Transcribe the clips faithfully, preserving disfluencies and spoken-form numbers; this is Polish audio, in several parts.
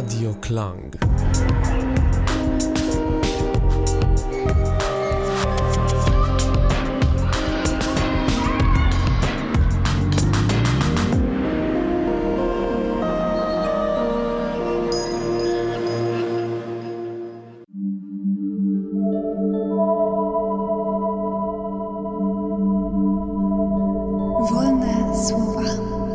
Radio Klang. Wolne słowa.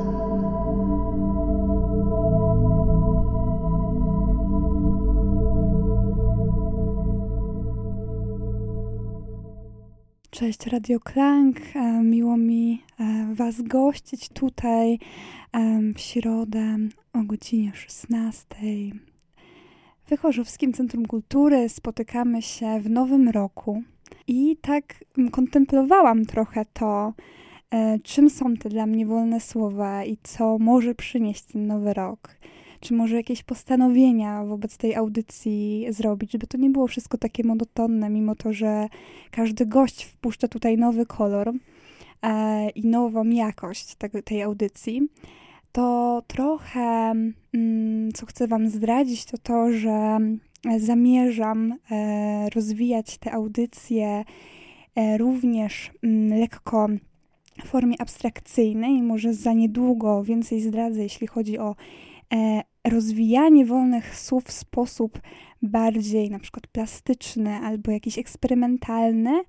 Cześć Radio Klang, miło mi Was gościć tutaj w środę o godzinie szesnastej. W Chorzowskim Centrum Kultury spotykamy się w nowym roku i tak kontemplowałam trochę to, czym są te dla mnie wolne słowa i co może przynieść ten nowy rok. Czy może jakieś postanowienia wobec tej audycji zrobić, żeby to nie było wszystko takie monotonne, mimo to, że każdy gość wpuszcza tutaj nowy kolor e, i nową jakość te, tej audycji. To trochę, mm, co chcę Wam zdradzić, to to, że zamierzam e, rozwijać te audycje e, również mm, lekko w formie abstrakcyjnej. Może za niedługo więcej zdradzę, jeśli chodzi o e, rozwijanie wolnych słów w sposób bardziej na przykład plastyczny albo jakiś eksperymentalny.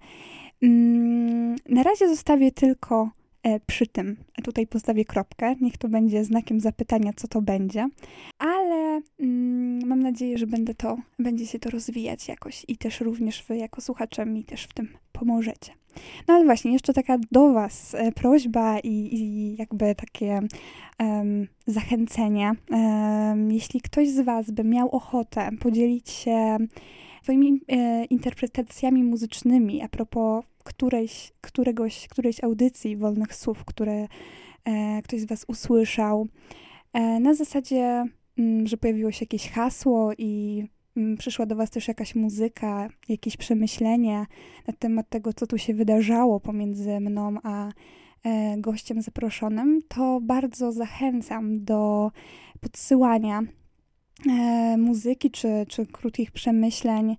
Mm, na razie zostawię tylko e, przy tym. Tutaj postawię kropkę. Niech to będzie znakiem zapytania, co to będzie. Ale mm, mam nadzieję, że będę to, będzie się to rozwijać jakoś i też również Wy jako słuchacze mi też w tym pomożecie. No ale właśnie, jeszcze taka do Was e, prośba i, i jakby takie um, zachęcenie. Um, jeśli ktoś z Was by miał ochotę podzielić się swoimi e, interpretacjami muzycznymi a propos którejś, któregoś, którejś audycji wolnych słów, które e, ktoś z Was usłyszał, e, na zasadzie, m, że pojawiło się jakieś hasło i przyszła do Was też jakaś muzyka, jakieś przemyślenie na temat tego, co tu się wydarzało pomiędzy mną a e, gościem zaproszonym, to bardzo zachęcam do podsyłania e, muzyki czy, czy krótkich przemyśleń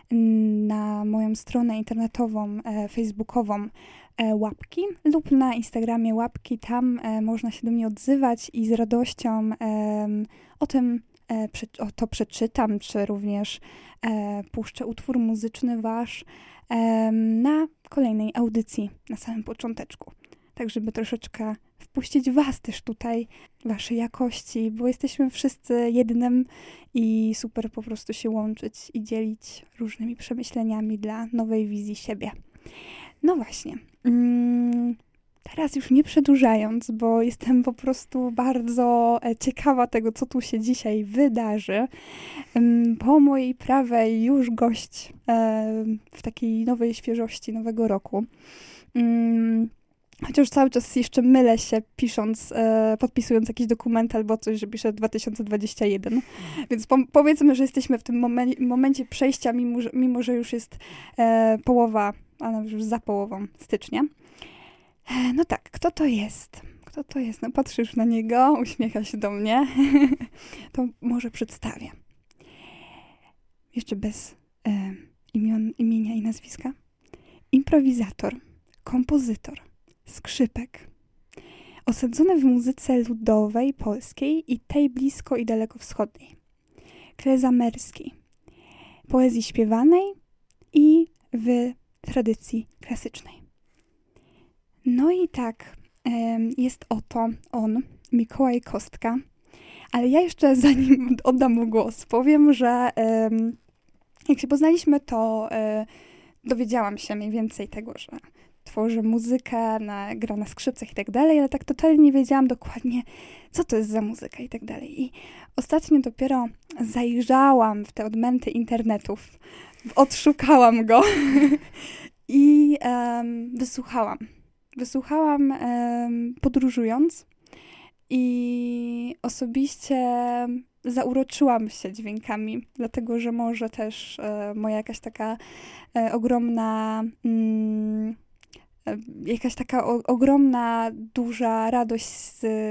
na moją stronę internetową, e, facebookową e, Łapki lub na Instagramie Łapki. Tam e, można się do mnie odzywać i z radością e, o tym O to przeczytam, czy również e, puszczę utwór muzyczny Wasz e, na kolejnej audycji, na samym począteczku. Tak, żeby troszeczkę wpuścić Was też tutaj, Wasze jakości, bo jesteśmy wszyscy jednym i super po prostu się łączyć i dzielić różnymi przemyśleniami dla nowej wizji siebie. No właśnie. Mm. Teraz już nie przedłużając, bo jestem po prostu bardzo ciekawa tego, co tu się dzisiaj wydarzy. Po mojej prawej już gość w takiej nowej świeżości nowego roku. Chociaż cały czas jeszcze mylę się, pisząc, podpisując jakiś dokument albo coś, że piszę dwa tysiące dwudziesty pierwszy. Więc po, powiedzmy, że jesteśmy w tym momen- momencie przejścia, mimo że, mimo że już jest połowa, a nawet już za połową stycznia. No tak, kto to jest? Kto to jest? No patrzysz na niego, uśmiecha się do mnie. To może przedstawię. Jeszcze bez e, imion, imienia i nazwiska. Improwizator, kompozytor, skrzypek. Osadzony w muzyce ludowej, polskiej i tej blisko i dalekowschodniej. Klezamerskiej. Poezji śpiewanej i w tradycji klasycznej. No i tak, jest oto on, Mikołaj Kostka. Ale ja jeszcze zanim oddam mu głos, powiem, że jak się poznaliśmy, to dowiedziałam się mniej więcej tego, że tworzy muzykę, na, gra na skrzypcach i tak dalej, ale tak totalnie nie wiedziałam dokładnie, co to jest za muzyka i tak dalej. I ostatnio dopiero zajrzałam w te odmęty internetów, odszukałam go i um, wysłuchałam. Wysłuchałam um, podróżując i osobiście zauroczyłam się dźwiękami, dlatego że może też e, moja jakaś taka e, ogromna, mm, e, jakaś taka o, ogromna, duża radość z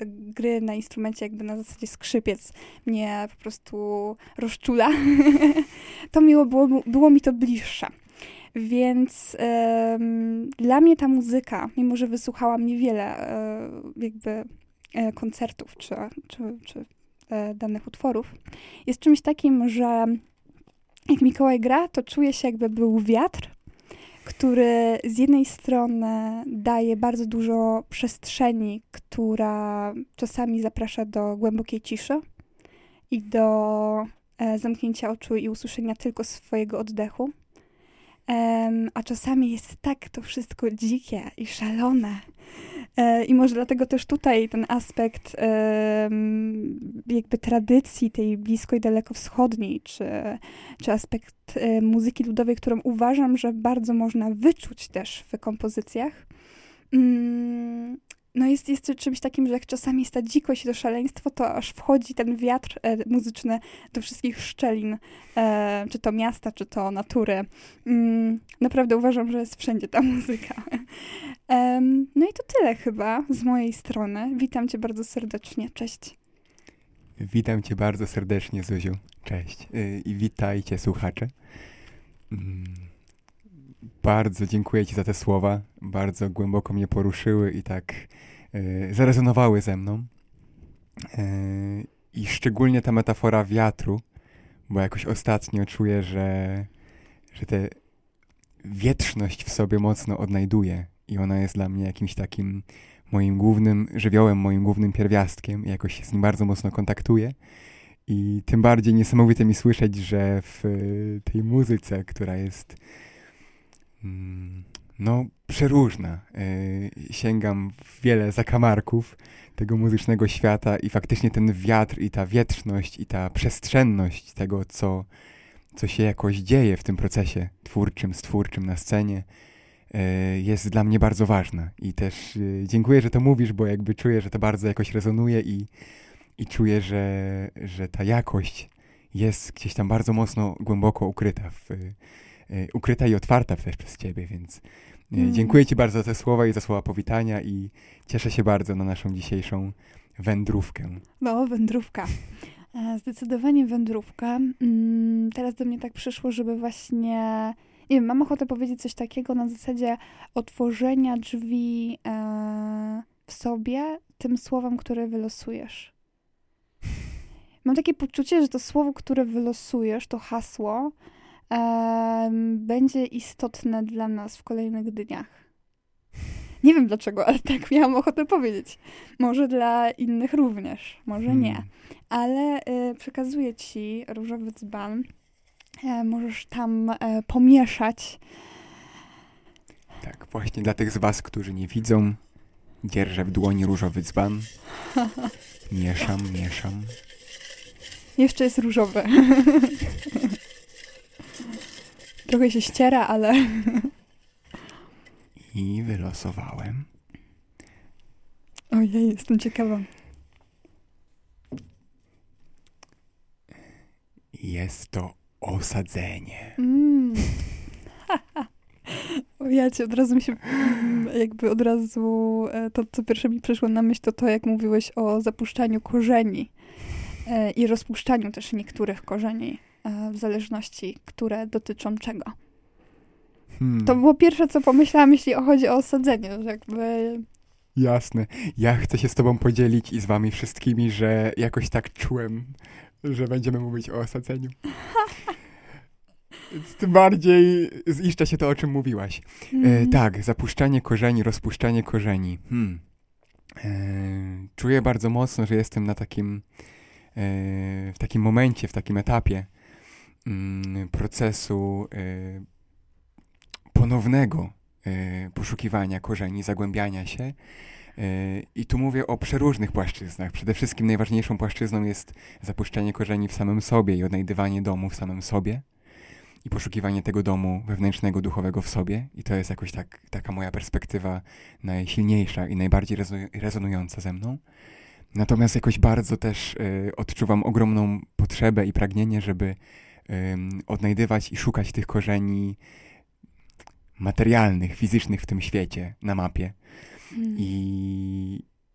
gry na instrumencie jakby na zasadzie skrzypiec mnie po prostu rozczula, to miło było, było mi to bliższe. Więc um, dla mnie ta muzyka, mimo że wysłuchałam niewiele e, jakby e, koncertów czy, czy, czy e, danych utworów, jest czymś takim, że jak Mikołaj gra, to czuję się jakby był wiatr, który z jednej strony daje bardzo dużo przestrzeni, która czasami zaprasza do głębokiej ciszy i do e, zamknięcia oczu i usłyszenia tylko swojego oddechu. Um, a czasami jest tak to wszystko dzikie i szalone. E, I może dlatego też tutaj ten aspekt e, jakby tradycji tej blisko i dalekowschodniej, czy, czy aspekt e, muzyki ludowej, którą uważam, że bardzo można wyczuć też w kompozycjach, mm, no jest, jest czymś takim, że jak czasami jest ta dzikość i to szaleństwo, to aż wchodzi ten wiatr e, muzyczny do wszystkich szczelin, e, czy to miasta, czy to natury. Mm, naprawdę uważam, że jest wszędzie ta muzyka. e, no i to tyle chyba z mojej strony. Witam cię bardzo serdecznie. Cześć. Witam cię bardzo serdecznie, Zuziu. Cześć. Yy, I witajcie, słuchacze. Yy. Bardzo dziękuję ci za te słowa. Bardzo głęboko mnie poruszyły i tak yy, zarezonowały ze mną. Yy, I szczególnie ta metafora wiatru, bo jakoś ostatnio czuję, że, że tę wietrzność w sobie mocno odnajduję i ona jest dla mnie jakimś takim moim głównym żywiołem, moim głównym pierwiastkiem i jakoś się z nim bardzo mocno kontaktuję. I tym bardziej niesamowite mi słyszeć, że w tej muzyce, która jest no przeróżna, yy, sięgam w wiele zakamarków tego muzycznego świata i faktycznie ten wiatr i ta wietrzność i ta przestrzenność tego, co, co się jakoś dzieje w tym procesie twórczym, stwórczym na scenie, yy, jest dla mnie bardzo ważna. I też yy, dziękuję, że to mówisz, bo jakby czuję, że to bardzo jakoś rezonuje i, i czuję, że, że ta jakość jest gdzieś tam bardzo mocno, głęboko ukryta w ukryta i otwarta też przez ciebie, więc mm. dziękuję ci bardzo za te słowa i za słowa powitania i cieszę się bardzo na naszą dzisiejszą wędrówkę. No, wędrówka. Zdecydowanie wędrówka. Teraz do mnie tak przyszło, żeby właśnie, nie wiem, mam ochotę powiedzieć coś takiego na zasadzie otworzenia drzwi w sobie tym słowem, które wylosujesz. Mam takie poczucie, że to słowo, które wylosujesz, to hasło, Um, będzie istotne dla nas w kolejnych dniach. Nie wiem dlaczego, ale tak miałam ochotę powiedzieć. Może dla innych również, może hmm. nie. Ale y, przekazuję ci różowy dzban. E, możesz tam e, pomieszać. Tak, właśnie dla tych z was, którzy nie widzą, dzierżę w dłoni różowy dzban. Mieszam, mieszam. Jeszcze jest różowy. Trochę się ściera, ale... I wylosowałem. Ojej, jestem ciekawa. Jest to osadzenie. Mm. O ja cię, od razu mi się, jakby od razu to, co pierwsze mi przyszło na myśl, to to, jak mówiłeś o zapuszczaniu korzeni i rozpuszczaniu też niektórych korzeni. W zależności, które dotyczą czego. Hmm. To było pierwsze, co pomyślałam, jeśli chodzi o osadzenie, że jakby... Jasne. Ja chcę się z tobą podzielić i z wami wszystkimi, że jakoś tak czułem, że będziemy mówić o osadzeniu. Więc tym bardziej ziszcza się to, o czym mówiłaś. Hmm. E, tak, zapuszczanie korzeni, rozpuszczanie korzeni. Hmm. E, czuję bardzo mocno, że jestem na takim e, w takim momencie, w takim etapie procesu y, ponownego y, poszukiwania korzeni, zagłębiania się. Y, I tu mówię o przeróżnych płaszczyznach. Przede wszystkim najważniejszą płaszczyzną jest zapuszczanie korzeni w samym sobie i odnajdywanie domu w samym sobie i poszukiwanie tego domu wewnętrznego, duchowego w sobie. I to jest jakoś tak, taka moja perspektywa najsilniejsza i najbardziej rezo- rezonująca ze mną. Natomiast jakoś bardzo też y, odczuwam ogromną potrzebę i pragnienie, żeby Um, odnajdywać i szukać tych korzeni materialnych, fizycznych w tym świecie, na mapie. Mm. I,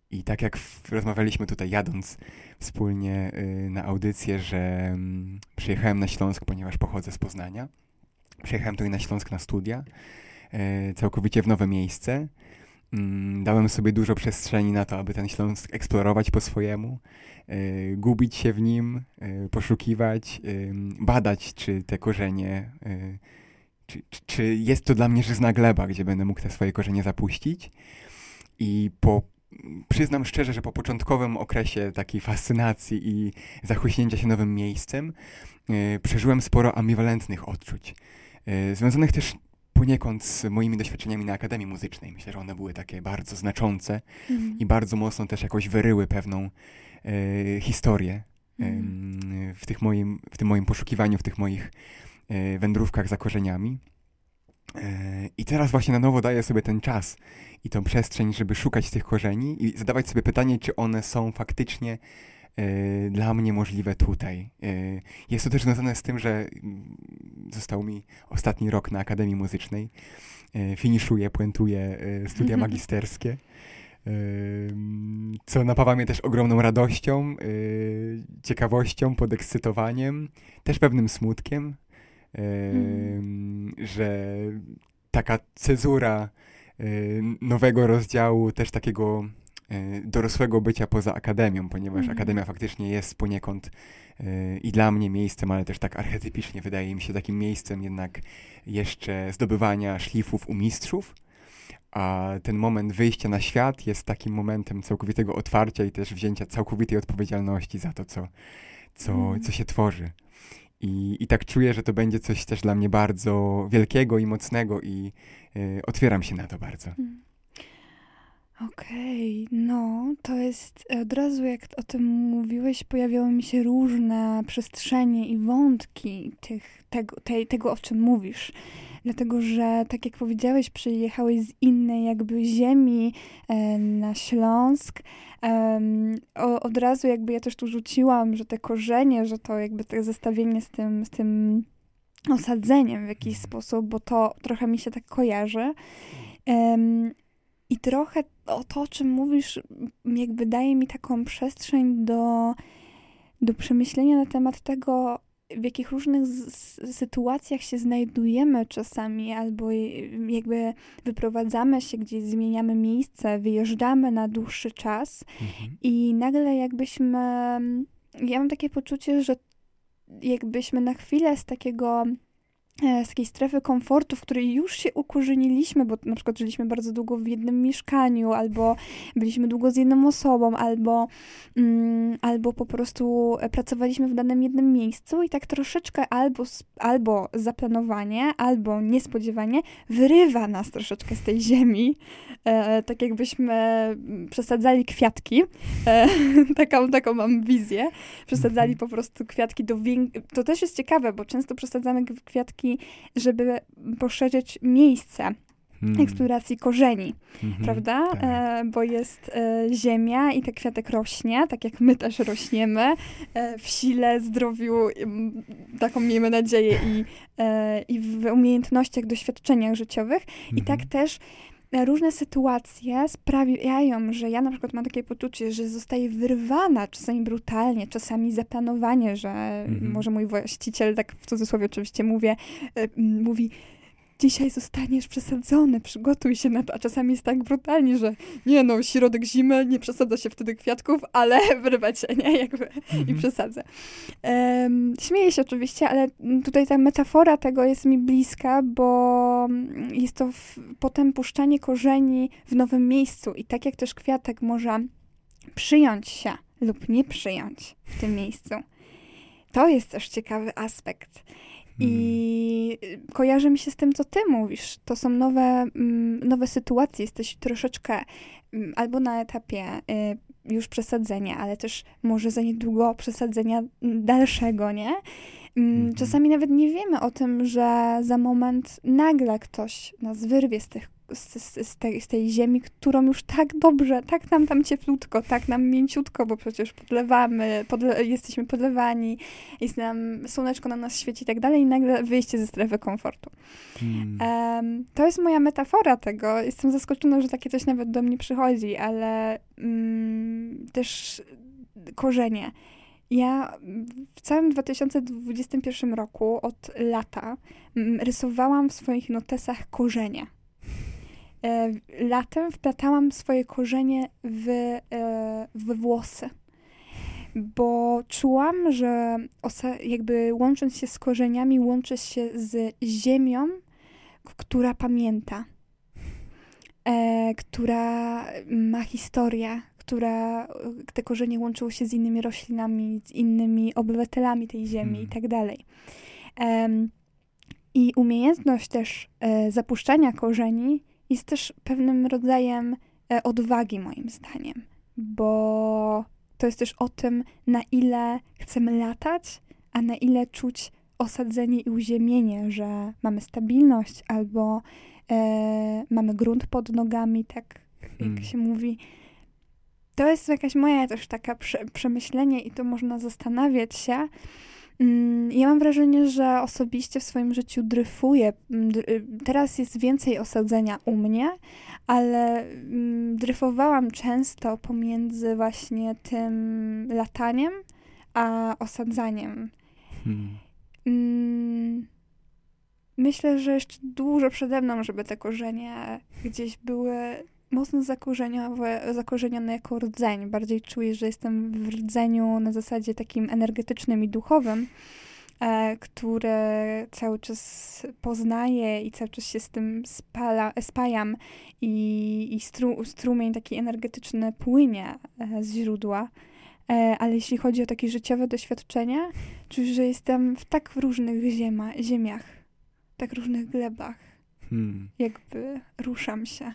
I tak jak w, rozmawialiśmy tutaj jadąc wspólnie y, na audycję, że y, przyjechałem na Śląsk, ponieważ pochodzę z Poznania. Przyjechałem tutaj na Śląsk na studia, y, całkowicie w nowe miejsce. Y, dałem sobie dużo przestrzeni na to, aby ten Śląsk eksplorować po swojemu, y, gubić się w nim, y, poszukiwać, y, badać, czy te korzenie, y, czy, czy, czy jest to dla mnie żyzna gleba, gdzie będę mógł te swoje korzenie zapuścić. I po Przyznam szczerze, że po początkowym okresie takiej fascynacji i zachłyśnięcia się nowym miejscem yy, przeżyłem sporo ambiwalentnych odczuć, yy, związanych też poniekąd z moimi doświadczeniami na Akademii Muzycznej. Myślę, że one były takie bardzo znaczące mm. i bardzo mocno też jakoś wyryły pewną yy, historię mm. yy, w, tych moim, w tym moim poszukiwaniu, w tych moich yy, wędrówkach za korzeniami. I teraz właśnie na nowo daję sobie ten czas i tą przestrzeń, żeby szukać tych korzeni i zadawać sobie pytanie, czy one są faktycznie y, dla mnie możliwe tutaj. Y, jest to też związane z tym, że y, został mi ostatni rok na Akademii Muzycznej. Y, finiszuję, puentuję y, studia magisterskie, y, co napawa mnie też ogromną radością, y, ciekawością, podekscytowaniem, też pewnym smutkiem. Hmm. Że taka cezura y, nowego rozdziału, też takiego y, dorosłego bycia poza akademią, ponieważ hmm. akademia faktycznie jest poniekąd y, i dla mnie miejscem, ale też tak archetypicznie wydaje mi się takim miejscem jednak jeszcze zdobywania szlifów u mistrzów, a ten moment wyjścia na świat jest takim momentem całkowitego otwarcia i też wzięcia całkowitej odpowiedzialności za to, co, co, hmm. co się tworzy. I, I tak czuję, że to będzie coś też dla mnie bardzo wielkiego i mocnego i y, otwieram się na to bardzo. Hmm. Okej, okay, no to jest od razu jak o tym mówiłeś, pojawiały mi się różne przestrzenie i wątki tych, tego, tej, tego, o czym mówisz. Dlatego, że tak jak powiedziałeś, przyjechałeś z innej jakby ziemi e, na Śląsk. E, o, od razu jakby ja też tu rzuciłam, że te korzenie, że to jakby to zestawienie z tym, z tym osadzeniem w jakiś sposób, bo to trochę mi się tak kojarzy. E, I trochę o to, o czym mówisz, jakby daje mi taką przestrzeń do, do przemyślenia na temat tego, w jakich różnych z- sytuacjach się znajdujemy czasami, albo jakby wyprowadzamy się gdzieś, zmieniamy miejsce, wyjeżdżamy na dłuższy czas mhm. i nagle jakbyśmy, ja mam takie poczucie, że jakbyśmy na chwilę z takiego z takiej strefy komfortu, w której już się ukorzeniiliśmy, bo na przykład żyliśmy bardzo długo w jednym mieszkaniu, albo byliśmy długo z jedną osobą, albo, mm, albo po prostu pracowaliśmy w danym jednym miejscu i tak troszeczkę albo, albo zaplanowanie, albo niespodziewanie wyrywa nas troszeczkę z tej ziemi, e, tak jakbyśmy przesadzali kwiatki, e, taką, taką mam wizję, przesadzali po prostu kwiatki do większych, to też jest ciekawe, bo często przesadzamy kwiatki żeby poszerzyć miejsce hmm. eksploracji korzeni, mm-hmm, prawda? Tak. E, bo jest e, ziemia i ten kwiatek rośnie, tak jak my też rośniemy, e, w sile, zdrowiu, e, taką miejmy nadzieję i, e, i w umiejętnościach, doświadczeniach życiowych. Mm-hmm. I tak też różne sytuacje sprawiają, że ja na przykład mam takie poczucie, że zostaję wyrwana czasami brutalnie, czasami zaplanowanie, że mm-hmm. może mój właściciel, tak w cudzysłowie oczywiście mówię, y, mówi, dzisiaj zostaniesz przesadzony, przygotuj się na to, a czasami jest tak brutalnie, że nie no, środek zimy, nie przesadza się wtedy kwiatków, ale wyrwa cię, nie, jakby mm-hmm. i przesadzę. Um, śmieję się oczywiście, ale tutaj ta metafora tego jest mi bliska, bo jest to w, potem puszczanie korzeni w nowym miejscu i tak jak też kwiatek może przyjąć się lub nie przyjąć w tym miejscu. To jest też ciekawy aspekt. I kojarzy mi się z tym, co ty mówisz. To są nowe, nowe sytuacje. Jesteś troszeczkę albo na etapie już przesadzenia, ale też może za niedługo przesadzenia dalszego, nie? Mm, czasami nawet nie wiemy o tym, że za moment nagle ktoś nas wyrwie z, tych, z, z, z, tej, z tej ziemi, którą już tak dobrze, tak nam tam cieplutko, tak nam mięciutko, bo przecież podlewamy, podle, jesteśmy podlewani, jest nam, słoneczko na nas świeci i tak dalej, i nagle wyjście ze strefy komfortu. Hmm. Um, to jest moja metafora tego. Jestem zaskoczona, że takie coś nawet do mnie przychodzi, ale um, też korzenie. Ja w całym dwa tysiące dwudziestym pierwszym roku od lata rysowałam w swoich notesach korzenie. E, latem wplatałam swoje korzenie w, e, w włosy, bo czułam, że osa- jakby łącząc się z korzeniami, łączę się z ziemią, która pamięta, e, która ma historię, która, te korzenie łączyły się z innymi roślinami, z innymi obywatelami tej ziemi hmm. i tak dalej. Um, I umiejętność też e, zapuszczania korzeni jest też pewnym rodzajem e, odwagi, moim zdaniem, bo to jest też o tym, na ile chcemy latać, a na ile czuć osadzenie i uziemienie, że mamy stabilność albo e, mamy grunt pod nogami, tak hmm. jak się mówi. To jest jakaś moja też taka prze, przemyślenie i to można zastanawiać się. Ja mam wrażenie, że osobiście w swoim życiu dryfuję. Teraz jest więcej osadzenia u mnie, ale dryfowałam często pomiędzy właśnie tym lataniem a osadzaniem. Hmm. Myślę, że jeszcze dużo przede mną, żeby te korzenie gdzieś były mocno zakorzenione, zakorzenione jako rdzeń. Bardziej czuję, że jestem w rdzeniu na zasadzie takim energetycznym i duchowym, e, które cały czas poznaję i cały czas się z tym spala, spajam i, i stru, strumień taki energetyczny płynie e, z źródła. E, ale jeśli chodzi o takie życiowe doświadczenia, czuję, że jestem w tak różnych ziema, ziemiach, tak różnych glebach. Hmm. Jakby ruszam się.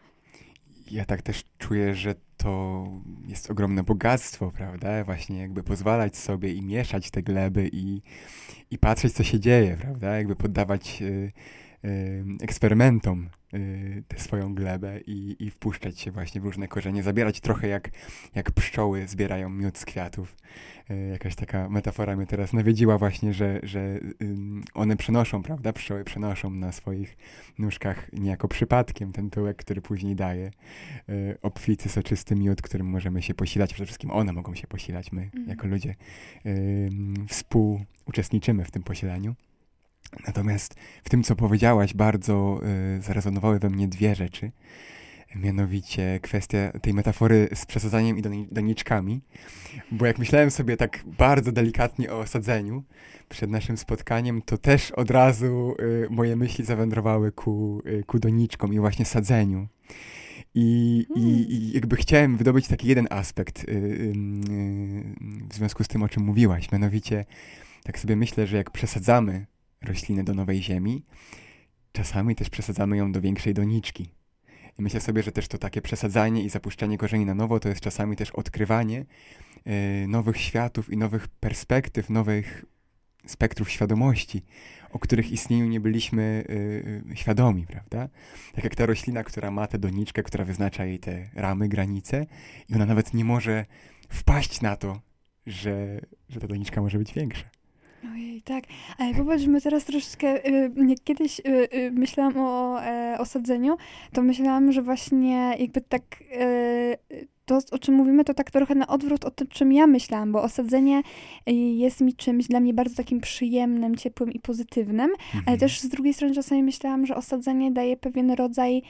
Ja tak też czuję, że to jest ogromne bogactwo, prawda? Właśnie jakby pozwalać sobie i mieszać te gleby i, i patrzeć, co się dzieje, prawda? Jakby poddawać y, y, eksperymentom y, tę swoją glebę i, i wpuszczać się właśnie w różne korzenie, zabierać trochę jak, jak pszczoły zbierają miód z kwiatów. Y, jakaś taka metafora mnie teraz nawiedziła właśnie, że, że y, one przenoszą, prawda? Pszczoły przenoszą na swoich nóżkach niejako przypadkiem ten pyłek, który później daje y, obfity, soczysty miód, którym możemy się posilać. Przede wszystkim one mogą się posilać. My mm. jako ludzie y, współuczestniczymy w tym posilaniu. Natomiast w tym, co powiedziałaś, bardzo y, zarezonowały we mnie dwie rzeczy. Mianowicie kwestia tej metafory z przesadzaniem i doniczkami. Bo jak myślałem sobie tak bardzo delikatnie o osadzeniu przed naszym spotkaniem, to też od razu y, moje myśli zawędrowały ku, y, ku doniczkom i właśnie sadzeniu. I, hmm. i, i jakby chciałem wydobyć taki jeden aspekt y, y, y, w związku z tym, o czym mówiłaś. Mianowicie tak sobie myślę, że jak przesadzamy roślinę do nowej ziemi, czasami też przesadzamy ją do większej doniczki. I myślę sobie, że też to takie przesadzanie i zapuszczanie korzeni na nowo to jest czasami też odkrywanie y, nowych światów i nowych perspektyw, nowych spektrów świadomości, o których istnieniu nie byliśmy y, y, świadomi, prawda? Tak jak ta roślina, która ma tę doniczkę, która wyznacza jej te ramy, granice i ona nawet nie może wpaść na to, że, że ta doniczka może być większa. Ojej, tak. Ale popatrz, my teraz troszeczkę, y, kiedyś y, y, myślałam o e, osadzeniu, to myślałam, że właśnie jakby tak y, to, o czym mówimy, to tak trochę na odwrót o tym, czym ja myślałam, bo osadzenie jest mi czymś dla mnie bardzo takim przyjemnym, ciepłym i pozytywnym, mhm. ale też z drugiej strony czasami myślałam, że osadzenie daje pewien rodzaj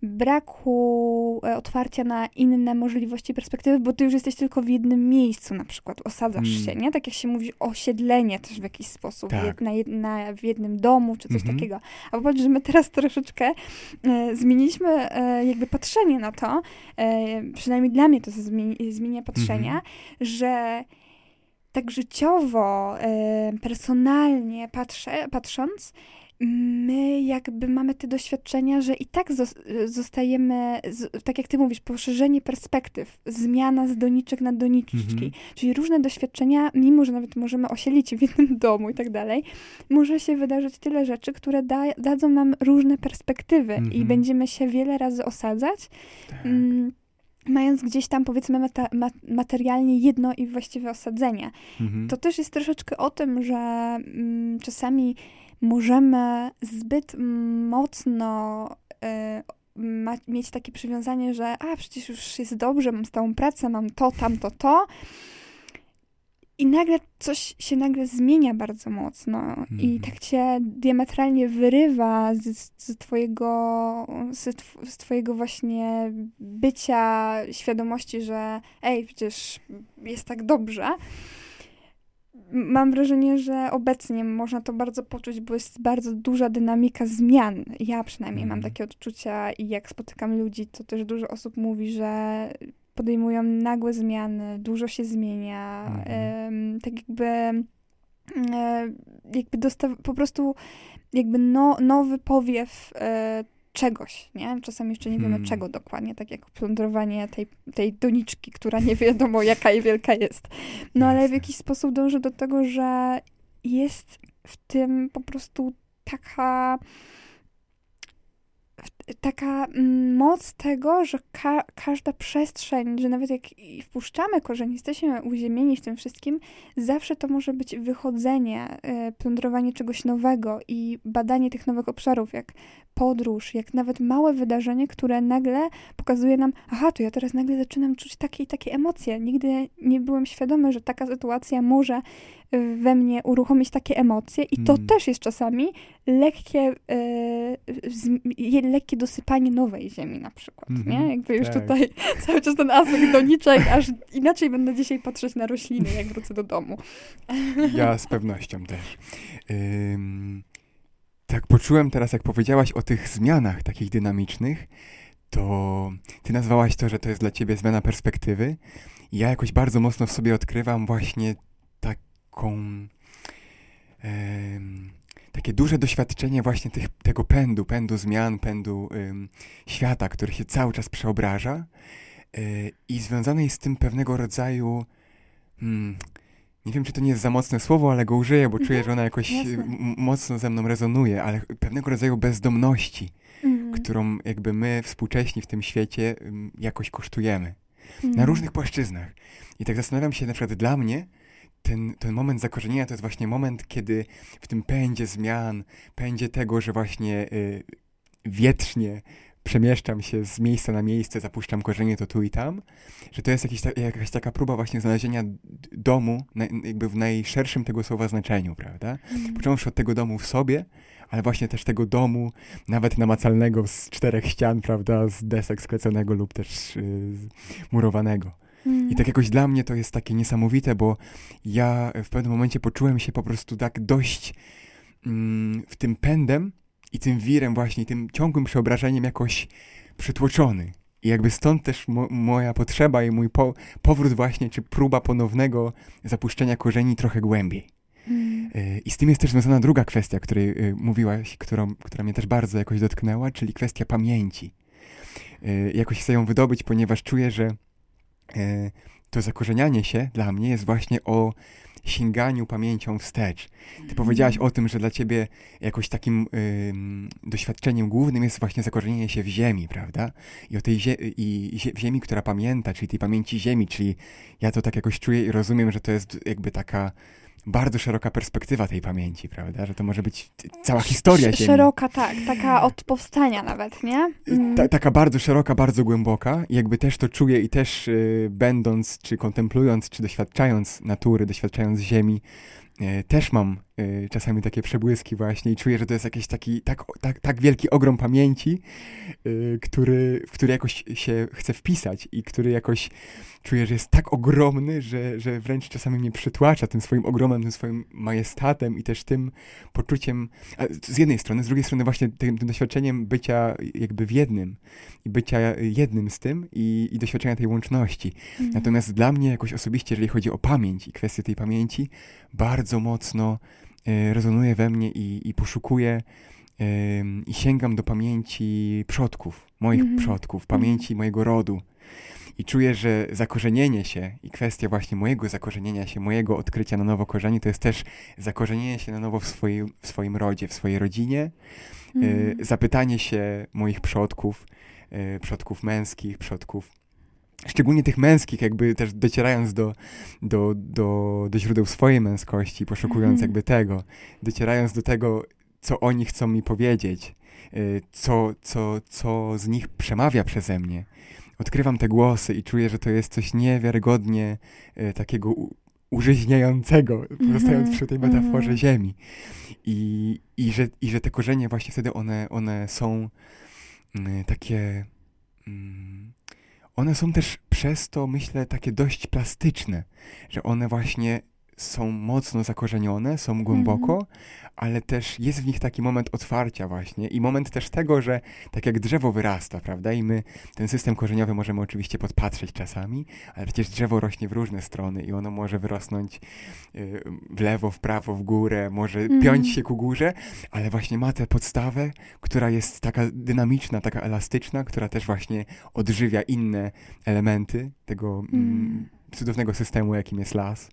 braku otwarcia na inne możliwości perspektywy, bo ty już jesteś tylko w jednym miejscu, na przykład osadzasz hmm. się, nie? Tak jak się mówi osiedlenie też w jakiś sposób, tak. na, jed, na, w jednym domu, czy coś mhm. takiego. A popatrz, że my teraz troszeczkę e, zmieniliśmy e, jakby patrzenie na to, e, przynajmniej dla mnie to zmieni, zmienia patrzenia, mhm. że tak życiowo, e, personalnie patrzę, patrząc, my jakby mamy te doświadczenia, że i tak zostajemy, tak jak ty mówisz, poszerzenie perspektyw, zmiana z doniczek na doniczki. Mhm. Czyli różne doświadczenia, mimo że nawet możemy osiedlić w jednym domu i tak dalej, może się wydarzyć tyle rzeczy, które da, dadzą nam różne perspektywy mhm. i będziemy się wiele razy osadzać. Tak. Mm, mając gdzieś tam, powiedzmy, meta, ma, materialnie jedno i właściwe osadzenie. Mhm. To też jest troszeczkę o tym, że mm, czasami możemy zbyt mocno y, ma, mieć takie przywiązanie, że a, przecież już jest dobrze, mam stałą pracę, mam to, tamto, to. I nagle coś się nagle zmienia bardzo mocno mm. i tak cię diametralnie wyrywa z, z twojego z, z twojego właśnie bycia, świadomości, że ej, przecież jest tak dobrze. Mam wrażenie, że obecnie można to bardzo poczuć, bo jest bardzo duża dynamika zmian. Ja przynajmniej mm. mam takie odczucia i jak spotykam ludzi, to też dużo osób mówi, że podejmują nagłe zmiany, dużo się zmienia, mm. tak jakby, jakby dostaw- po prostu jakby no, nowy powiew e, czegoś, nie? Czasami jeszcze nie wiemy hmm. czego dokładnie, tak jak plądrowanie tej, tej doniczki, która nie wiadomo jaka i wielka jest. No ale w jakiś sposób dąży do tego, że jest w tym po prostu taka taka moc tego, że ka- każda przestrzeń, że nawet jak wpuszczamy korzeń, jesteśmy uziemieni w tym wszystkim, zawsze to może być wychodzenie, y, plądrowanie czegoś nowego i badanie tych nowych obszarów, jak podróż, jak nawet małe wydarzenie, które nagle pokazuje nam, aha, to ja teraz nagle zaczynam czuć takie i takie emocje. Nigdy nie byłem świadomy, że taka sytuacja może we mnie uruchomić takie emocje i to hmm. też jest czasami lekkie, y, z, lekkie dosypanie nowej ziemi na przykład, mm-hmm. nie? Jakby już tak. tutaj cały czas ten aspekt doniczek, aż inaczej będę dzisiaj patrzeć na rośliny, jak wrócę do domu. Ja z pewnością też. Ym, tak poczułem teraz, jak powiedziałaś o tych zmianach takich dynamicznych, to ty nazwałaś to, że to jest dla ciebie zmiana perspektywy. I ja jakoś bardzo mocno w sobie odkrywam właśnie taką... Ym, takie duże doświadczenie właśnie tych, tego pędu, pędu zmian, pędu ym, świata, który się cały czas przeobraża yy, i związane jest z tym pewnego rodzaju, hmm, nie wiem, czy to nie jest za mocne słowo, ale go użyję, bo czuję, że ona jakoś m- mocno ze mną rezonuje, ale pewnego rodzaju bezdomności, mhm. którą jakby my współcześni w tym świecie ym, jakoś kosztujemy. Mhm. Na różnych płaszczyznach. I tak zastanawiam się, na przykład dla mnie, Ten, ten moment zakorzenienia to jest właśnie moment, kiedy w tym pędzie zmian, pędzie tego, że właśnie y, wietrznie przemieszczam się z miejsca na miejsce, zapuszczam korzenie to tu i tam, że to jest jakiś ta, jakaś taka próba właśnie znalezienia domu, na, jakby w najszerszym tego słowa znaczeniu, prawda? Mm. Począwszy od tego domu w sobie, ale właśnie też tego domu, nawet namacalnego z czterech ścian, prawda, z desek skleconego lub też y, murowanego. I tak jakoś dla mnie to jest takie niesamowite, bo ja w pewnym momencie poczułem się po prostu tak dość mm, w tym pędem i tym wirem właśnie, i tym ciągłym przeobrażeniem jakoś przytłoczony. I jakby stąd też mo- moja potrzeba i mój po- powrót właśnie, czy próba ponownego zapuszczenia korzeni trochę głębiej. Mm. Y- I z tym jest też związana druga kwestia, o której y- mówiłaś, którą, która mnie też bardzo jakoś dotknęła, czyli kwestia pamięci. Y- jakoś chcę ją wydobyć, ponieważ czuję, że to zakorzenianie się dla mnie jest właśnie o sięganiu pamięcią wstecz. Ty powiedziałaś o tym, że dla ciebie jakoś takim ym, doświadczeniem głównym jest właśnie zakorzenienie się w ziemi, prawda? I o tej zie- i zie- w ziemi, która pamięta, czyli tej pamięci ziemi, czyli ja to tak jakoś czuję i rozumiem, że to jest jakby taka bardzo szeroka perspektywa tej pamięci, prawda? Że to może być cała historia Ziemi. Szeroka, tak. Taka od powstania nawet, nie? Mm. Ta, taka bardzo szeroka, bardzo głęboka. I jakby też to czuję i też y, będąc, czy kontemplując, czy doświadczając natury, doświadczając Ziemi, y, też mam y, czasami takie przebłyski właśnie i czuję, że to jest jakiś taki tak, tak, tak wielki ogrom pamięci, y, który, w który jakoś się chcę wpisać i który jakoś czuję, że jest tak ogromny, że, że wręcz czasami mnie przytłacza tym swoim ogromem, tym swoim majestatem i też tym poczuciem, z jednej strony, z drugiej strony właśnie tym, tym doświadczeniem bycia jakby w jednym i bycia jednym z tym i, i doświadczenia tej łączności. Mhm. Natomiast dla mnie jakoś osobiście, jeżeli chodzi o pamięć i kwestię tej pamięci, bardzo mocno y, rezonuje we mnie i, i poszukuję y, i sięgam do pamięci przodków, moich mm-hmm. przodków, pamięci mm-hmm. mojego rodu. I czuję, że zakorzenienie się i kwestia właśnie mojego zakorzenienia się, mojego odkrycia na nowo korzeni, to jest też zakorzenienie się na nowo w, swojej, w swoim rodzie, w swojej rodzinie, mm. y, zapytanie się moich przodków, y, przodków męskich, przodków, szczególnie tych męskich, jakby też docierając do, do, do, do źródeł swojej męskości, poszukując mm. jakby tego, docierając do tego, co oni chcą mi powiedzieć, y, co, co, co z nich przemawia przeze mnie. Odkrywam te głosy i czuję, że to jest coś niewiarygodnie e, takiego u, użyźniającego, pozostając mm-hmm, przy tej metaforze mm-hmm. ziemi. I, i, że, I że te korzenie właśnie wtedy one, one są mm, takie... Mm, one są też przez to, myślę, takie dość plastyczne, że one właśnie są mocno zakorzenione, są głęboko, mm-hmm. ale też jest w nich taki moment otwarcia właśnie i moment też tego, że tak jak drzewo wyrasta, prawda, i my ten system korzeniowy możemy oczywiście podpatrzeć czasami, ale przecież drzewo rośnie w różne strony i ono może wyrosnąć y, w lewo, w prawo, w górę, może mm-hmm. piąć się ku górze, ale właśnie ma tę podstawę, która jest taka dynamiczna, taka elastyczna, która też właśnie odżywia inne elementy tego mm. Mm, cudownego systemu, jakim jest las.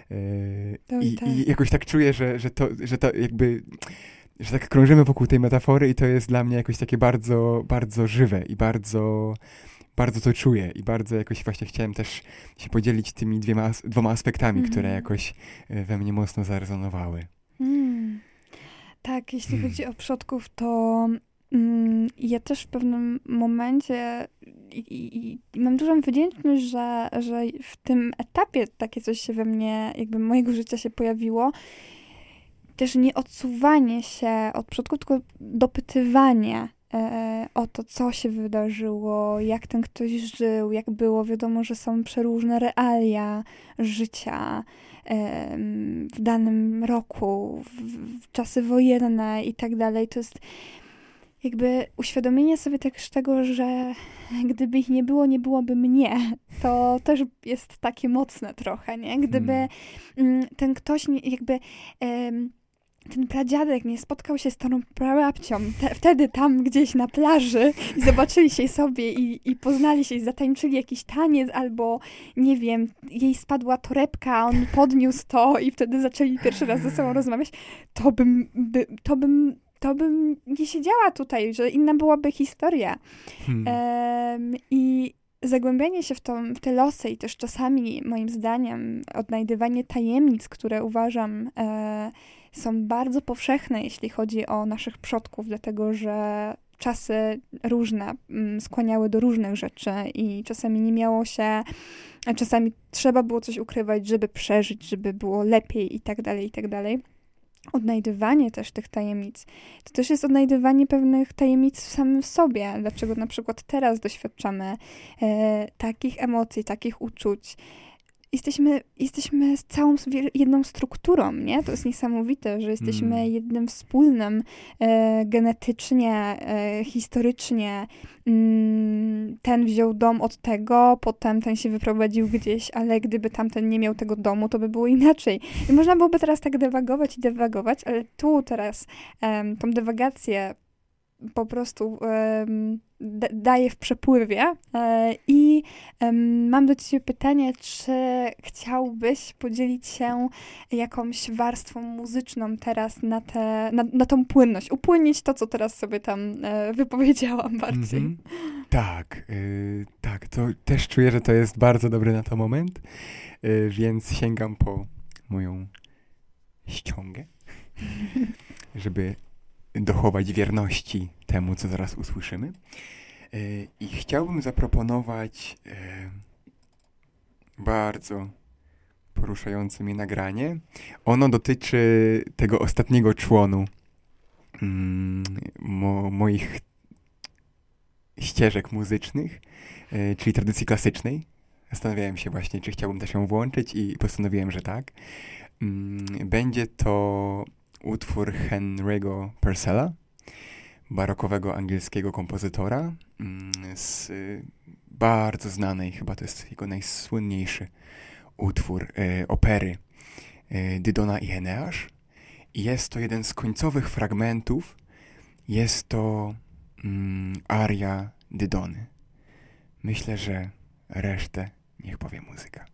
Yy, i, tak. I jakoś tak czuję, że, że, to, że to jakby, że tak krążymy wokół tej metafory i to jest dla mnie jakoś takie bardzo, bardzo żywe i bardzo, bardzo to czuję i bardzo jakoś właśnie chciałem też się podzielić tymi dwiema, dwoma aspektami, mm. które jakoś we mnie mocno zarezonowały. Mm. Tak, jeśli mm. chodzi o przodków, to ja też w pewnym momencie i, i, i mam dużą wdzięczność, że, że w tym etapie takie coś się we mnie, jakby mojego życia się pojawiło. Też nie odsuwanie się od przodków, tylko dopytywanie e, o to, co się wydarzyło, jak ten ktoś żył, jak było. Wiadomo, że są przeróżne realia życia e, w danym roku, w, w czasy wojenne i tak dalej. To jest jakby uświadomienie sobie też tego, że gdyby ich nie było, nie byłoby mnie. To też jest takie mocne trochę, nie? Gdyby hmm. ten ktoś nie, jakby um, ten pradziadek nie spotkał się z tą prababcią te, wtedy tam gdzieś na plaży i zobaczyli się sobie i, i poznali się i zatańczyli jakiś taniec albo, nie wiem, jej spadła torebka, a on podniósł to i wtedy zaczęli pierwszy raz ze sobą rozmawiać, to bym, by, to bym to bym nie siedziała tutaj, że inna byłaby historia. Hmm. Um, I zagłębianie się w, tą, w te losy i też czasami, moim zdaniem, odnajdywanie tajemnic, które uważam e, są bardzo powszechne, jeśli chodzi o naszych przodków, dlatego że czasy różne m, skłaniały do różnych rzeczy i czasami nie miało się, a czasami trzeba było coś ukrywać, żeby przeżyć, żeby było lepiej i tak dalej, i tak dalej. Odnajdywanie też tych tajemnic, to też jest odnajdywanie pewnych tajemnic w samym sobie. Dlaczego na przykład teraz doświadczamy e, takich emocji, takich uczuć. Jesteśmy, jesteśmy z całą jedną strukturą, nie? To jest niesamowite, że jesteśmy mm. jednym wspólnym e, genetycznie, e, historycznie. Mm, ten wziął dom od tego, potem ten się wyprowadził gdzieś, ale gdyby tamten nie miał tego domu, to by było inaczej. I można byłoby teraz tak dywagować i dywagować, ale tu teraz e, tą dywagację po prostu um, d- daję w przepływie e, i um, mam do ciebie pytanie, czy chciałbyś podzielić się jakąś warstwą muzyczną teraz na, te, na, na tą płynność, upłynnić to, co teraz sobie tam e, wypowiedziałam bardziej. Mm-hmm. Tak, y, tak, to też czuję, że to jest bardzo dobry na to moment, y, więc sięgam po moją ściągę, żeby dochować wierności temu, co zaraz usłyszymy. Yy, I chciałbym zaproponować yy, bardzo poruszające mnie nagranie. Ono dotyczy tego ostatniego członu yy, mo, moich ścieżek muzycznych, yy, czyli tradycji klasycznej. Zastanawiałem się właśnie, czy chciałbym też ją włączyć i postanowiłem, że tak. Yy, będzie to utwór Henry'ego Purcella, barokowego angielskiego kompozytora z bardzo znanej, chyba to jest jego najsłynniejszy utwór, e, opery e, Dydona i Eneasz. I jest to jeden z końcowych fragmentów. Jest to mm, aria Dydony. Myślę, że resztę niech powie muzyka.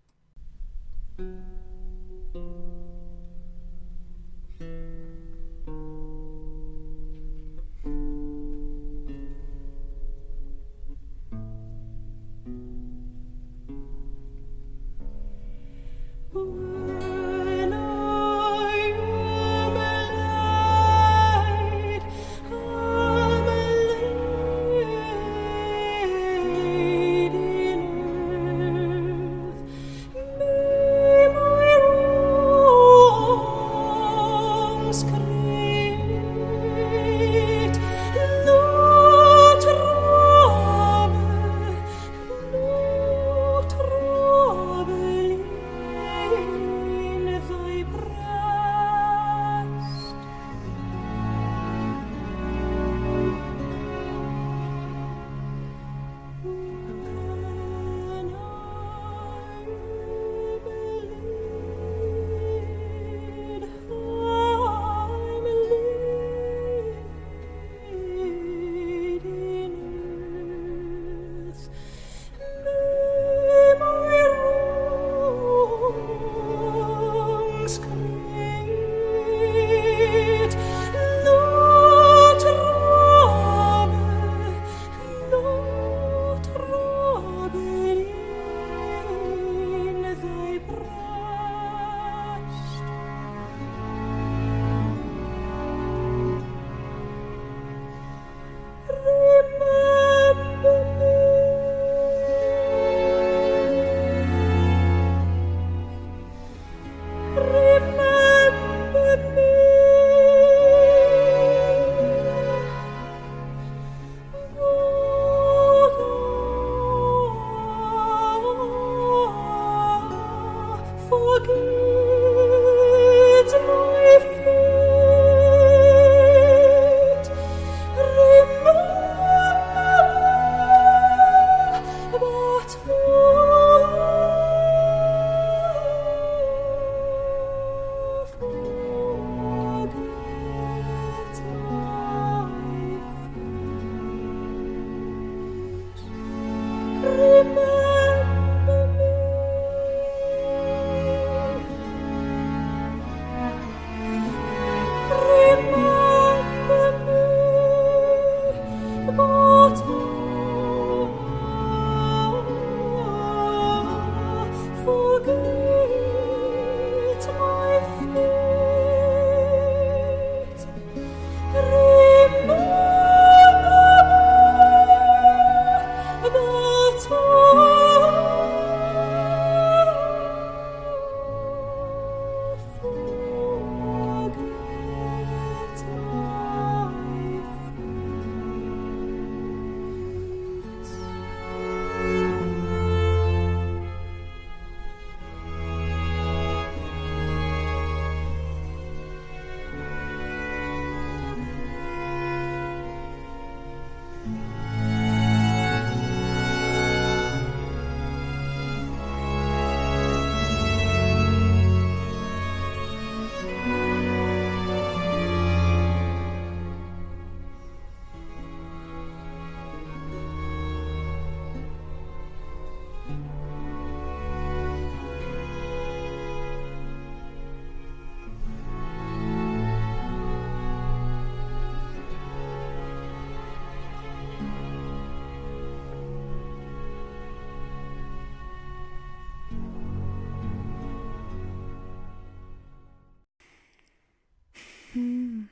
Hmm.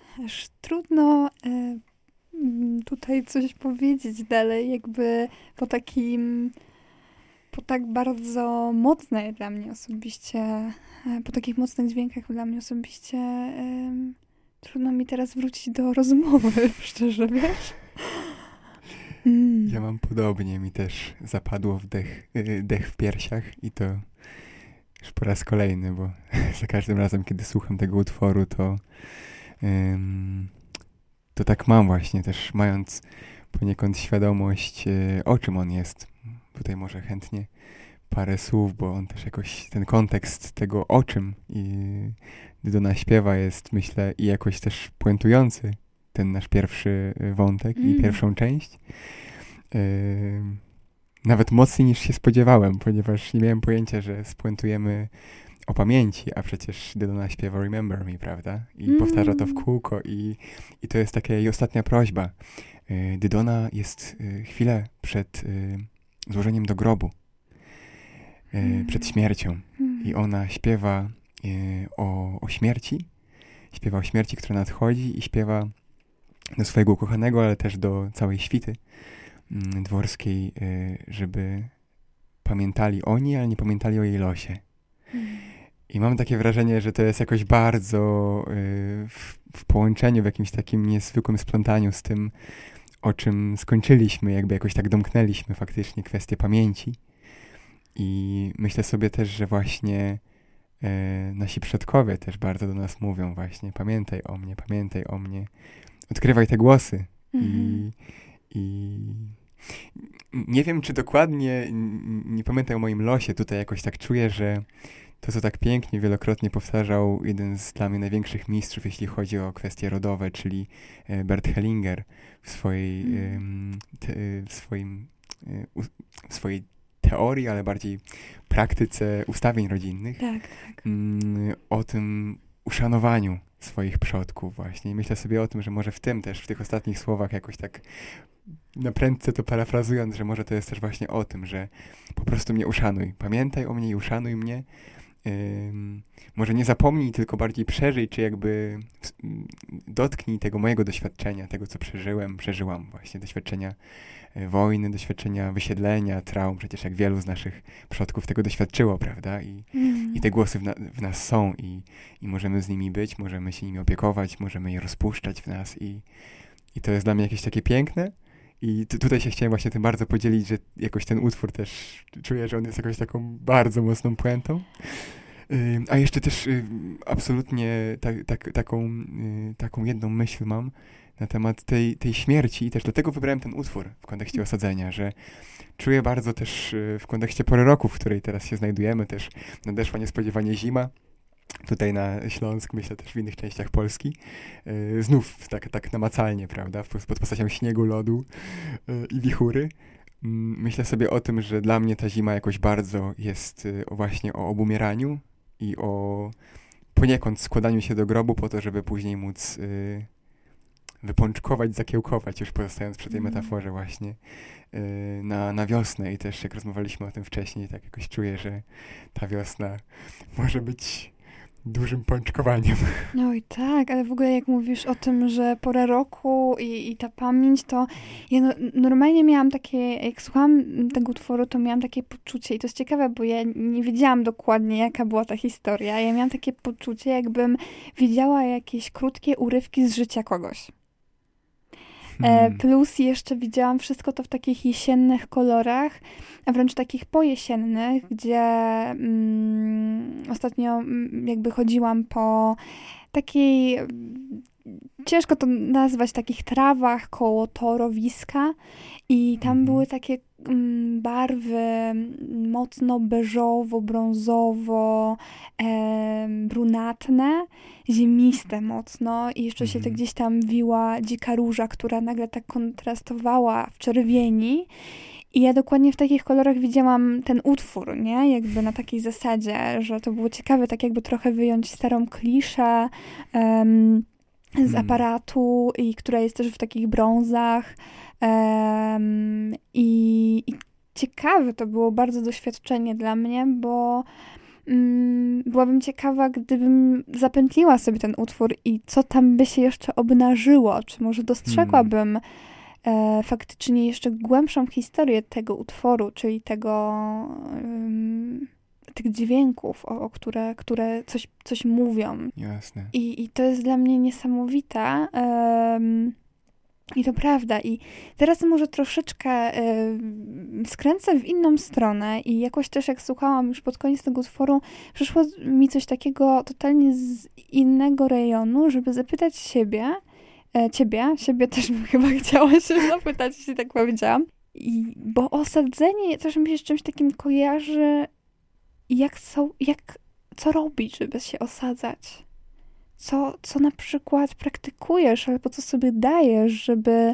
Aż trudno y, tutaj coś powiedzieć dalej, jakby po takim, po tak bardzo mocnej dla mnie osobiście, y, po takich mocnych dźwiękach dla mnie osobiście y, trudno mi teraz wrócić do rozmowy, szczerze, wiesz? Mm. Ja mam podobnie, mi też zapadło wdech, y, dech w piersiach i to już po raz kolejny, bo za każdym razem, kiedy słucham tego utworu, to ym, to tak mam właśnie, też mając poniekąd świadomość, y, o czym on jest. Tutaj może chętnie parę słów, bo on też jakoś, ten kontekst tego, o czym i Dydona śpiewa, jest, myślę, i jakoś też puentujący ten nasz pierwszy wątek mm. i pierwszą część. Yy, nawet mocniej niż się spodziewałem, ponieważ nie miałem pojęcia, że spuentujemy o pamięci, a przecież Dydona śpiewa Remember Me, prawda? I mm. powtarza to w kółko i, i to jest taka jej ostatnia prośba. Yy, Dydona jest yy, chwilę przed yy, złożeniem do grobu, yy, mm. przed śmiercią mm. i ona śpiewa yy, o, o śmierci, śpiewa o śmierci, która nadchodzi i śpiewa do swojego ukochanego, ale też do całej świty yy, dworskiej, yy, żeby pamiętali o niej, ale nie pamiętali o jej losie. Mm. I mam takie wrażenie, że to jest jakoś bardzo yy, w, w połączeniu, w jakimś takim niezwykłym splątaniu z tym, o czym skończyliśmy, jakby jakoś tak domknęliśmy faktycznie kwestię pamięci. I myślę sobie też, że właśnie yy, nasi przodkowie też bardzo do nas mówią właśnie, pamiętaj o mnie, pamiętaj o mnie, odkrywaj te głosy. Mhm. I, i nie wiem, czy dokładnie, nie pamiętam o moim losie, tutaj jakoś tak czuję, że to, co tak pięknie, wielokrotnie powtarzał jeden z dla mnie największych mistrzów, jeśli chodzi o kwestie rodowe, czyli Bert Hellinger w swojej, mm. te, w swoim, w swojej teorii, ale bardziej praktyce ustawień rodzinnych, tak, tak. o tym uszanowaniu swoich przodków właśnie. I myślę sobie o tym, że może w tym też, w tych ostatnich słowach jakoś tak na prędce to parafrazując, że może to jest też właśnie o tym, że po prostu mnie uszanuj. Pamiętaj o mnie i uszanuj mnie. Ym, może nie zapomnij, tylko bardziej przeżyj, czy jakby dotknij tego mojego doświadczenia, tego, co przeżyłem, przeżyłam właśnie, doświadczenia y, wojny, doświadczenia wysiedlenia, traum. Przecież jak wielu z naszych przodków tego doświadczyło, prawda? I, mm. i te głosy w, na, w nas są i, i możemy z nimi być, możemy się nimi opiekować, możemy je rozpuszczać w nas i, i to jest dla mnie jakieś takie piękne. I t- tutaj się chciałem właśnie tym bardzo podzielić, że jakoś ten utwór też czuję, że on jest jakąś taką bardzo mocną puentą. Yy, a jeszcze też yy, absolutnie ta, ta, taką, yy, taką jedną myśl mam na temat tej, tej śmierci i też dlatego wybrałem ten utwór w kontekście osadzenia, że czuję bardzo też yy, w kontekście pory roku, w której teraz się znajdujemy, też nadeszła niespodziewanie zima. Tutaj na Śląsk, myślę też w innych częściach Polski. Yy, znów tak, tak namacalnie, prawda, pod postacią śniegu, lodu yy, i wichury. Yy, myślę sobie o tym, że dla mnie ta zima jakoś bardzo jest yy, właśnie o obumieraniu i o poniekąd składaniu się do grobu po to, żeby później móc yy, wypączkować, zakiełkować, już pozostając przy tej mm. metaforze właśnie, yy, na, na wiosnę. I też jak rozmawialiśmy o tym wcześniej, tak jakoś czuję, że ta wiosna może być dużym pączkowaniem. No i tak, ale w ogóle jak mówisz o tym, że pora roku i, i ta pamięć, to ja no, normalnie miałam takie, jak słuchałam tego utworu, to miałam takie poczucie i to jest ciekawe, bo ja nie wiedziałam dokładnie, jaka była ta historia. Ja miałam takie poczucie, jakbym widziała jakieś krótkie urywki z życia kogoś. Hmm. E, plus jeszcze widziałam wszystko to w takich jesiennych kolorach, a wręcz takich pojesiennych, gdzie mm, ostatnio jakby chodziłam po takiej, ciężko to nazwać, takich trawach koło torowiska i tam hmm. były takie mm, barwy mocno beżowo, brązowo, e, brunatne, ziemiste mocno i jeszcze się tak gdzieś tam wiła dzika róża, która nagle tak kontrastowała w czerwieni i ja dokładnie w takich kolorach widziałam ten utwór, nie? Jakby na takiej zasadzie, że to było ciekawe, tak jakby trochę wyjąć starą kliszę um, z aparatu i która jest też w takich brązach um, i, i ciekawe to było bardzo doświadczenie dla mnie, bo mm, byłabym ciekawa, gdybym zapętliła sobie ten utwór i co tam by się jeszcze obnażyło, czy może dostrzegłabym hmm. e, faktycznie jeszcze głębszą historię tego utworu, czyli tego um, tych dźwięków, o, o które, które coś, coś mówią. Jasne. I, i to jest dla mnie niesamowite. Um, I to prawda. I teraz może troszeczkę y, skręcę w inną stronę i jakoś też jak słuchałam już pod koniec tego utworu, przyszło mi coś takiego totalnie z innego rejonu, żeby zapytać siebie, e, ciebie, siebie też bym chyba chciała się zapytać, jeśli tak powiedziałam. I, bo osadzenie też mi się z czymś takim kojarzy, jak są, jak, co robić, żeby się osadzać. co, co na przykład praktykujesz, albo co sobie dajesz, żeby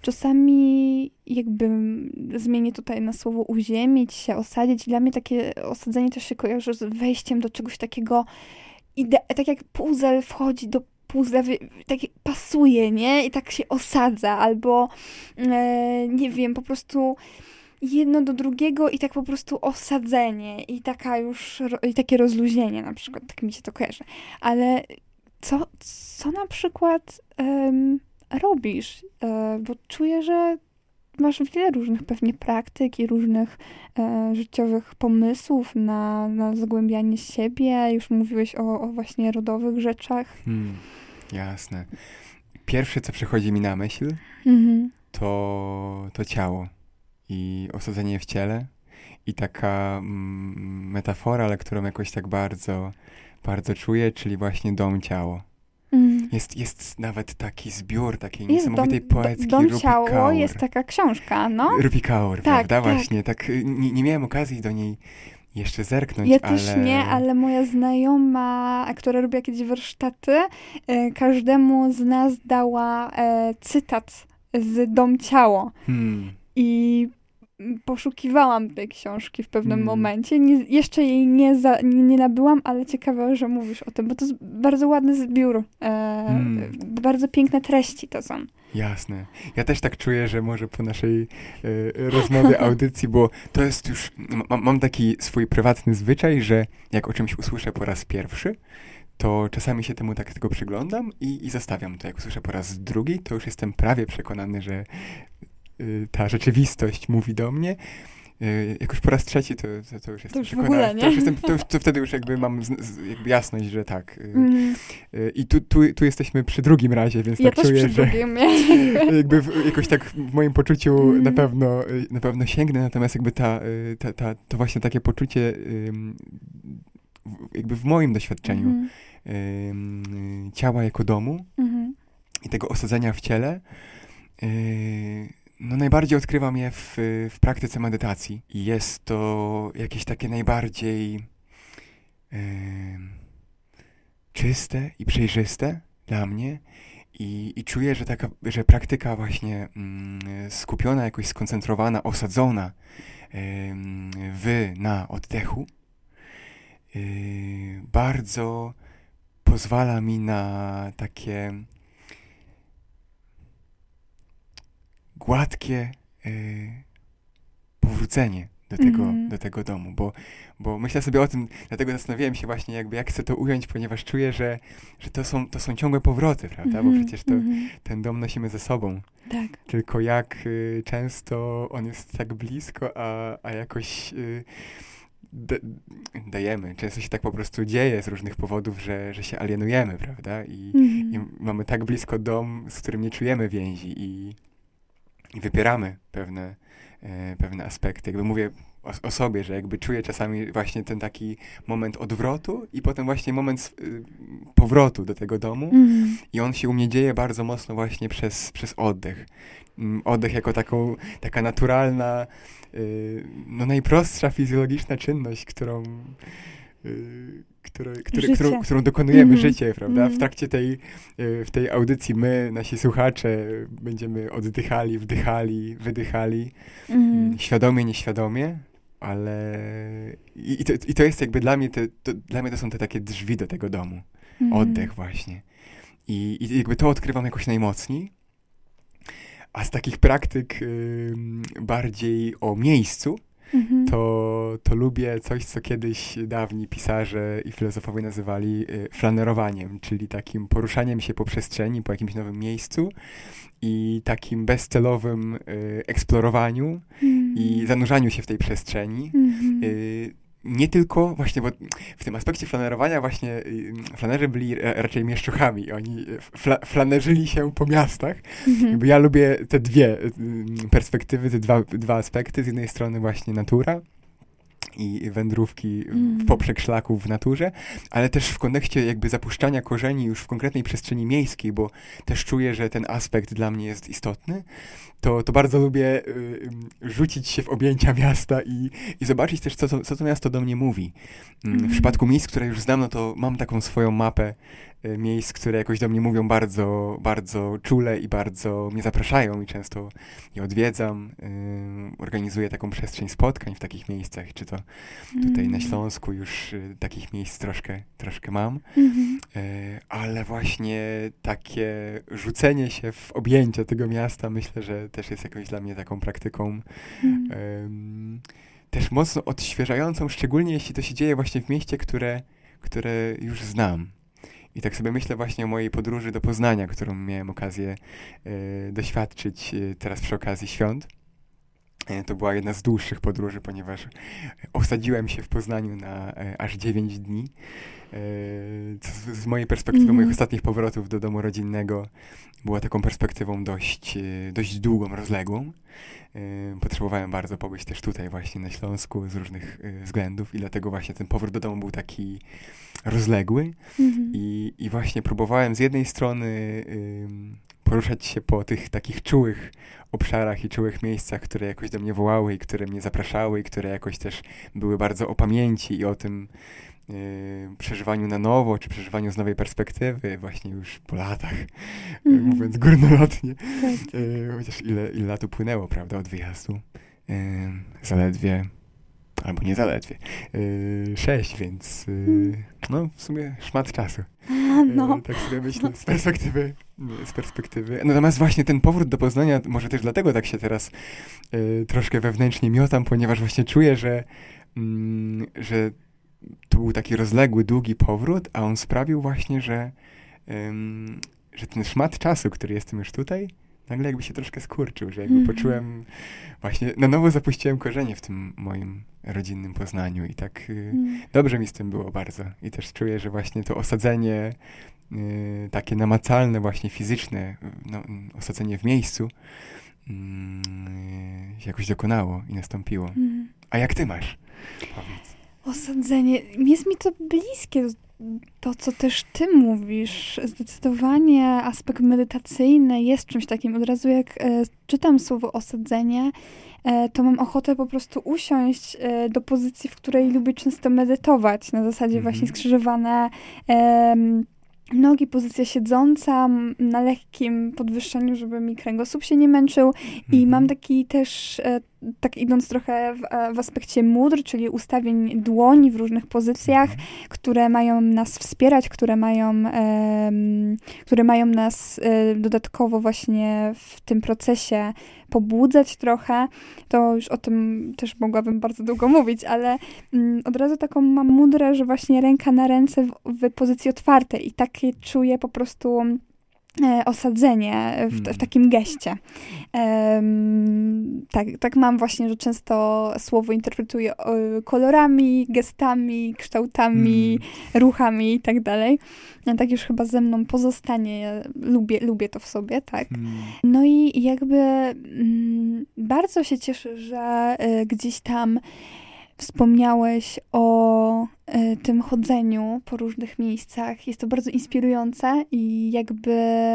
czasami jakby zmienię tutaj na słowo uziemić się, osadzić. Dla mnie takie osadzenie też się kojarzy z wejściem do czegoś takiego, ide- tak jak puzzle wchodzi do puzzle, tak pasuje, nie? I tak się osadza, albo e, nie wiem, po prostu jedno do drugiego i tak po prostu osadzenie i taka już, i takie rozluźnienie na przykład, tak mi się to kojarzy. Ale co, co na przykład um, robisz? E, bo czuję, że masz wiele różnych pewnie praktyk i różnych e, życiowych pomysłów na, na zagłębianie siebie. Już mówiłeś o, o właśnie rodowych rzeczach. Hmm, jasne. Pierwsze, co przychodzi mi na myśl, Mhm. to, to ciało i osadzenie w ciele i taka mm, metafora, ale którą jakoś tak bardzo, bardzo czuję, czyli właśnie dom-ciało. Mm. Jest, jest nawet taki zbiór takiej Jest niesamowitej dom, poeckiej Dom Rupi ciało Kaur. jest taka książka, no. Rupi Kaur, Tak, prawda? tak. Właśnie, tak y, nie, nie miałem okazji do niej jeszcze zerknąć, Ja ale... też nie, ale moja znajoma, która robi jakieś warsztaty, e, każdemu z nas dała e, cytat z Dom ciało. Hmm. I poszukiwałam tej książki w pewnym Hmm. momencie. Nie, jeszcze jej nie, za, nie, nie nabyłam, ale ciekawe, że mówisz o tym, bo to jest bardzo ładny zbiór. E, Hmm. Bardzo piękne treści to są. Jasne. Ja też tak czuję, że może po naszej y, rozmowie, audycji, bo to jest już... Mam, mam taki swój prywatny zwyczaj, że jak o czymś usłyszę po raz pierwszy, to czasami się temu tak tylko przyglądam i, i zostawiam to. Jak usłyszę po raz drugi, to już jestem prawie przekonany, że y, ta rzeczywistość mówi do mnie. Y, jak już po raz trzeci, to, to, to już jestem To już w przekonany. ogóle, nie? To, już jestem, to, już, to wtedy już jakby mam z, z, jakby jasność, że tak. Y, Mm. y, I tu, tu, tu jesteśmy przy drugim razie, więc Ja tak też czuję, przy że drugim. jakby w, jakoś tak w moim poczuciu Mm. na pewno y, na pewno sięgnę, natomiast jakby ta, y, ta, ta to właśnie takie poczucie ym, w, jakby w moim doświadczeniu Mhm. ym, y, ciała jako domu Mhm. i tego osadzenia w ciele, y, no najbardziej odkrywam je w, w praktyce medytacji. I jest to jakieś takie najbardziej ym, czyste i przejrzyste dla mnie. I, I czuję, że taka, że praktyka właśnie mm, skupiona, jakoś skoncentrowana, osadzona ym, w, na oddechu yy, bardzo pozwala mi na takie gładkie yy, powrócenie do tego, Mhm. do tego domu, bo, bo myślę sobie o tym, dlatego zastanawiałem się właśnie jakby jak chcę to ująć, ponieważ czuję, że, że to, są, to są ciągłe powroty, prawda, bo Mhm. przecież to, Mhm. ten dom nosimy ze sobą, Tak. tylko jak y, często on jest tak blisko, a, a jakoś y, da, dajemy, często się tak po prostu dzieje z różnych powodów, że, że się alienujemy, prawda, i, Mhm. i mamy tak blisko dom, z którym nie czujemy więzi i, i wypieramy pewne, e, pewne aspekty. Jakby mówię o, o sobie, że jakby czuję czasami właśnie ten taki moment odwrotu i potem właśnie moment y, powrotu do tego domu Mhm. i on się u mnie dzieje bardzo mocno właśnie przez, przez oddech. Mm, Oddech jako taką, taka naturalna, y, no najprostsza fizjologiczna czynność, którą, y, które, które, Życie. którą, którą dokonujemy, Mhm. życie, prawda? Mhm. W trakcie tej, y, w tej audycji my, nasi słuchacze, będziemy oddychali, wdychali, wydychali, Mhm. mm, świadomie, nieświadomie, ale i, i, to, i to jest jakby dla mnie, te, to, dla mnie to są te takie drzwi do tego domu. Mhm. Oddech właśnie. I, I jakby to odkrywam jakoś najmocniej. A z takich praktyk ym, bardziej o miejscu, Mhm. to, to lubię coś, co kiedyś dawni pisarze i filozofowie nazywali y, flanerowaniem, czyli takim poruszaniem się po przestrzeni, po jakimś nowym miejscu i takim bezcelowym y, eksplorowaniu Mhm. i zanurzaniu się w tej przestrzeni. Mhm. Y, nie tylko, właśnie, bo w tym aspekcie flanerowania właśnie y, flanerzy byli ra- raczej mieszczuchami. Oni fla- flanerzyli się po miastach. Mhm. Jakby ja lubię te dwie y, perspektywy, te dwa, dwa aspekty. Z jednej strony właśnie natura i wędrówki Mm. w poprzek szlaków w naturze, ale też w kontekście jakby zapuszczania korzeni już w konkretnej przestrzeni miejskiej, bo też czuję, że ten aspekt dla mnie jest istotny, to, to bardzo lubię y, y, rzucić się w objęcia miasta i, i zobaczyć też, co to, co to miasto do mnie mówi. Mm, Mhm. W przypadku miejsc, które już znam, no to mam taką swoją mapę y, miejsc, które jakoś do mnie mówią bardzo, bardzo czule i bardzo mnie zapraszają i często je odwiedzam. Y, organizuję taką przestrzeń spotkań w takich miejscach, czy to tutaj mm. na Śląsku już y, takich miejsc troszkę, troszkę mam. Mm-hmm. Y, ale właśnie takie rzucenie się w objęcia tego miasta, myślę, że też jest jakąś dla mnie taką praktyką mm. y, też mocno odświeżającą, szczególnie jeśli to się dzieje właśnie w mieście, które, które już znam. I tak sobie myślę właśnie o mojej podróży do Poznania, którą miałem okazję y, doświadczyć y, teraz przy okazji świąt. Y, to była jedna z dłuższych podróży, ponieważ osadziłem się w Poznaniu na y, aż dziewięć dni. Y, co z, z mojej perspektywy, mm-hmm. moich ostatnich powrotów do domu rodzinnego była taką perspektywą dość, y, dość długą, rozległą. Y, potrzebowałem bardzo pobyć też tutaj właśnie na Śląsku z różnych y, względów i dlatego właśnie ten powrót do domu był taki rozległy mm-hmm. I, i właśnie próbowałem z jednej strony y, poruszać się po tych takich czułych obszarach i czułych miejscach, które jakoś do mnie wołały i które mnie zapraszały i które jakoś też były bardzo o pamięci i o tym y, przeżywaniu na nowo, czy przeżywaniu z nowej perspektywy, właśnie już po latach, mm-hmm. mówiąc górnolotnie. Tak. Y, chociaż ile, ile lat upłynęło, prawda, od wyjazdu. Y, zaledwie, albo nie zaledwie, y, sześć, więc y, no w sumie szmat czasu. A, no. Y, tak sobie myślę z perspektywy, z perspektywy. Natomiast właśnie ten powrót do Poznania, może też dlatego tak się teraz y, troszkę wewnętrznie miotam, ponieważ właśnie czuję, że, mm, że to był taki rozległy, długi powrót, a on sprawił właśnie, że, ym, że ten szmat czasu, który jestem już tutaj, nagle jakby się troszkę skurczył, że jakby mm. poczułem, właśnie na nowo zapuściłem korzenie w tym moim rodzinnym Poznaniu i tak y, mm. dobrze mi z tym było bardzo. I też czuję, że właśnie to osadzenie y, takie namacalne, właśnie fizyczne, no, osadzenie w miejscu y, jakoś dokonało i nastąpiło. Mm. A jak ty masz? Powiedz. Osadzenie. Jest mi to bliskie, to co też ty mówisz. Zdecydowanie aspekt medytacyjny jest czymś takim. Od razu jak e, czytam słowo osadzenie, e, to mam ochotę po prostu usiąść e, do pozycji, w której lubię często medytować. Na zasadzie mm-hmm. właśnie skrzyżowane e, nogi, pozycja siedząca na lekkim podwyższeniu, żeby mi kręgosłup się nie męczył. Mm-hmm. I mam taki też, e, tak idąc trochę w, w aspekcie mudr, czyli ustawień dłoni w różnych pozycjach, mm-hmm. które mają nas wspierać, które mają, e, które mają nas e, dodatkowo właśnie w tym procesie pobudzać trochę. To już o tym też mogłabym bardzo długo mówić, ale mm, od razu taką mam mudrę, że właśnie ręka na ręce w, w pozycji otwartej i takie czuję po prostu e, osadzenie w, w takim geście. E, tak, tak mam właśnie, że często słowo interpretuję o, kolorami, gestami, kształtami, mm. ruchami i tak dalej. Tak już chyba ze mną pozostanie. Ja lubię, lubię to w sobie, tak. Mm. No i jakby mm, bardzo się cieszę, że y, gdzieś tam wspomniałeś o y, tym chodzeniu po różnych miejscach. Jest to bardzo inspirujące i jakby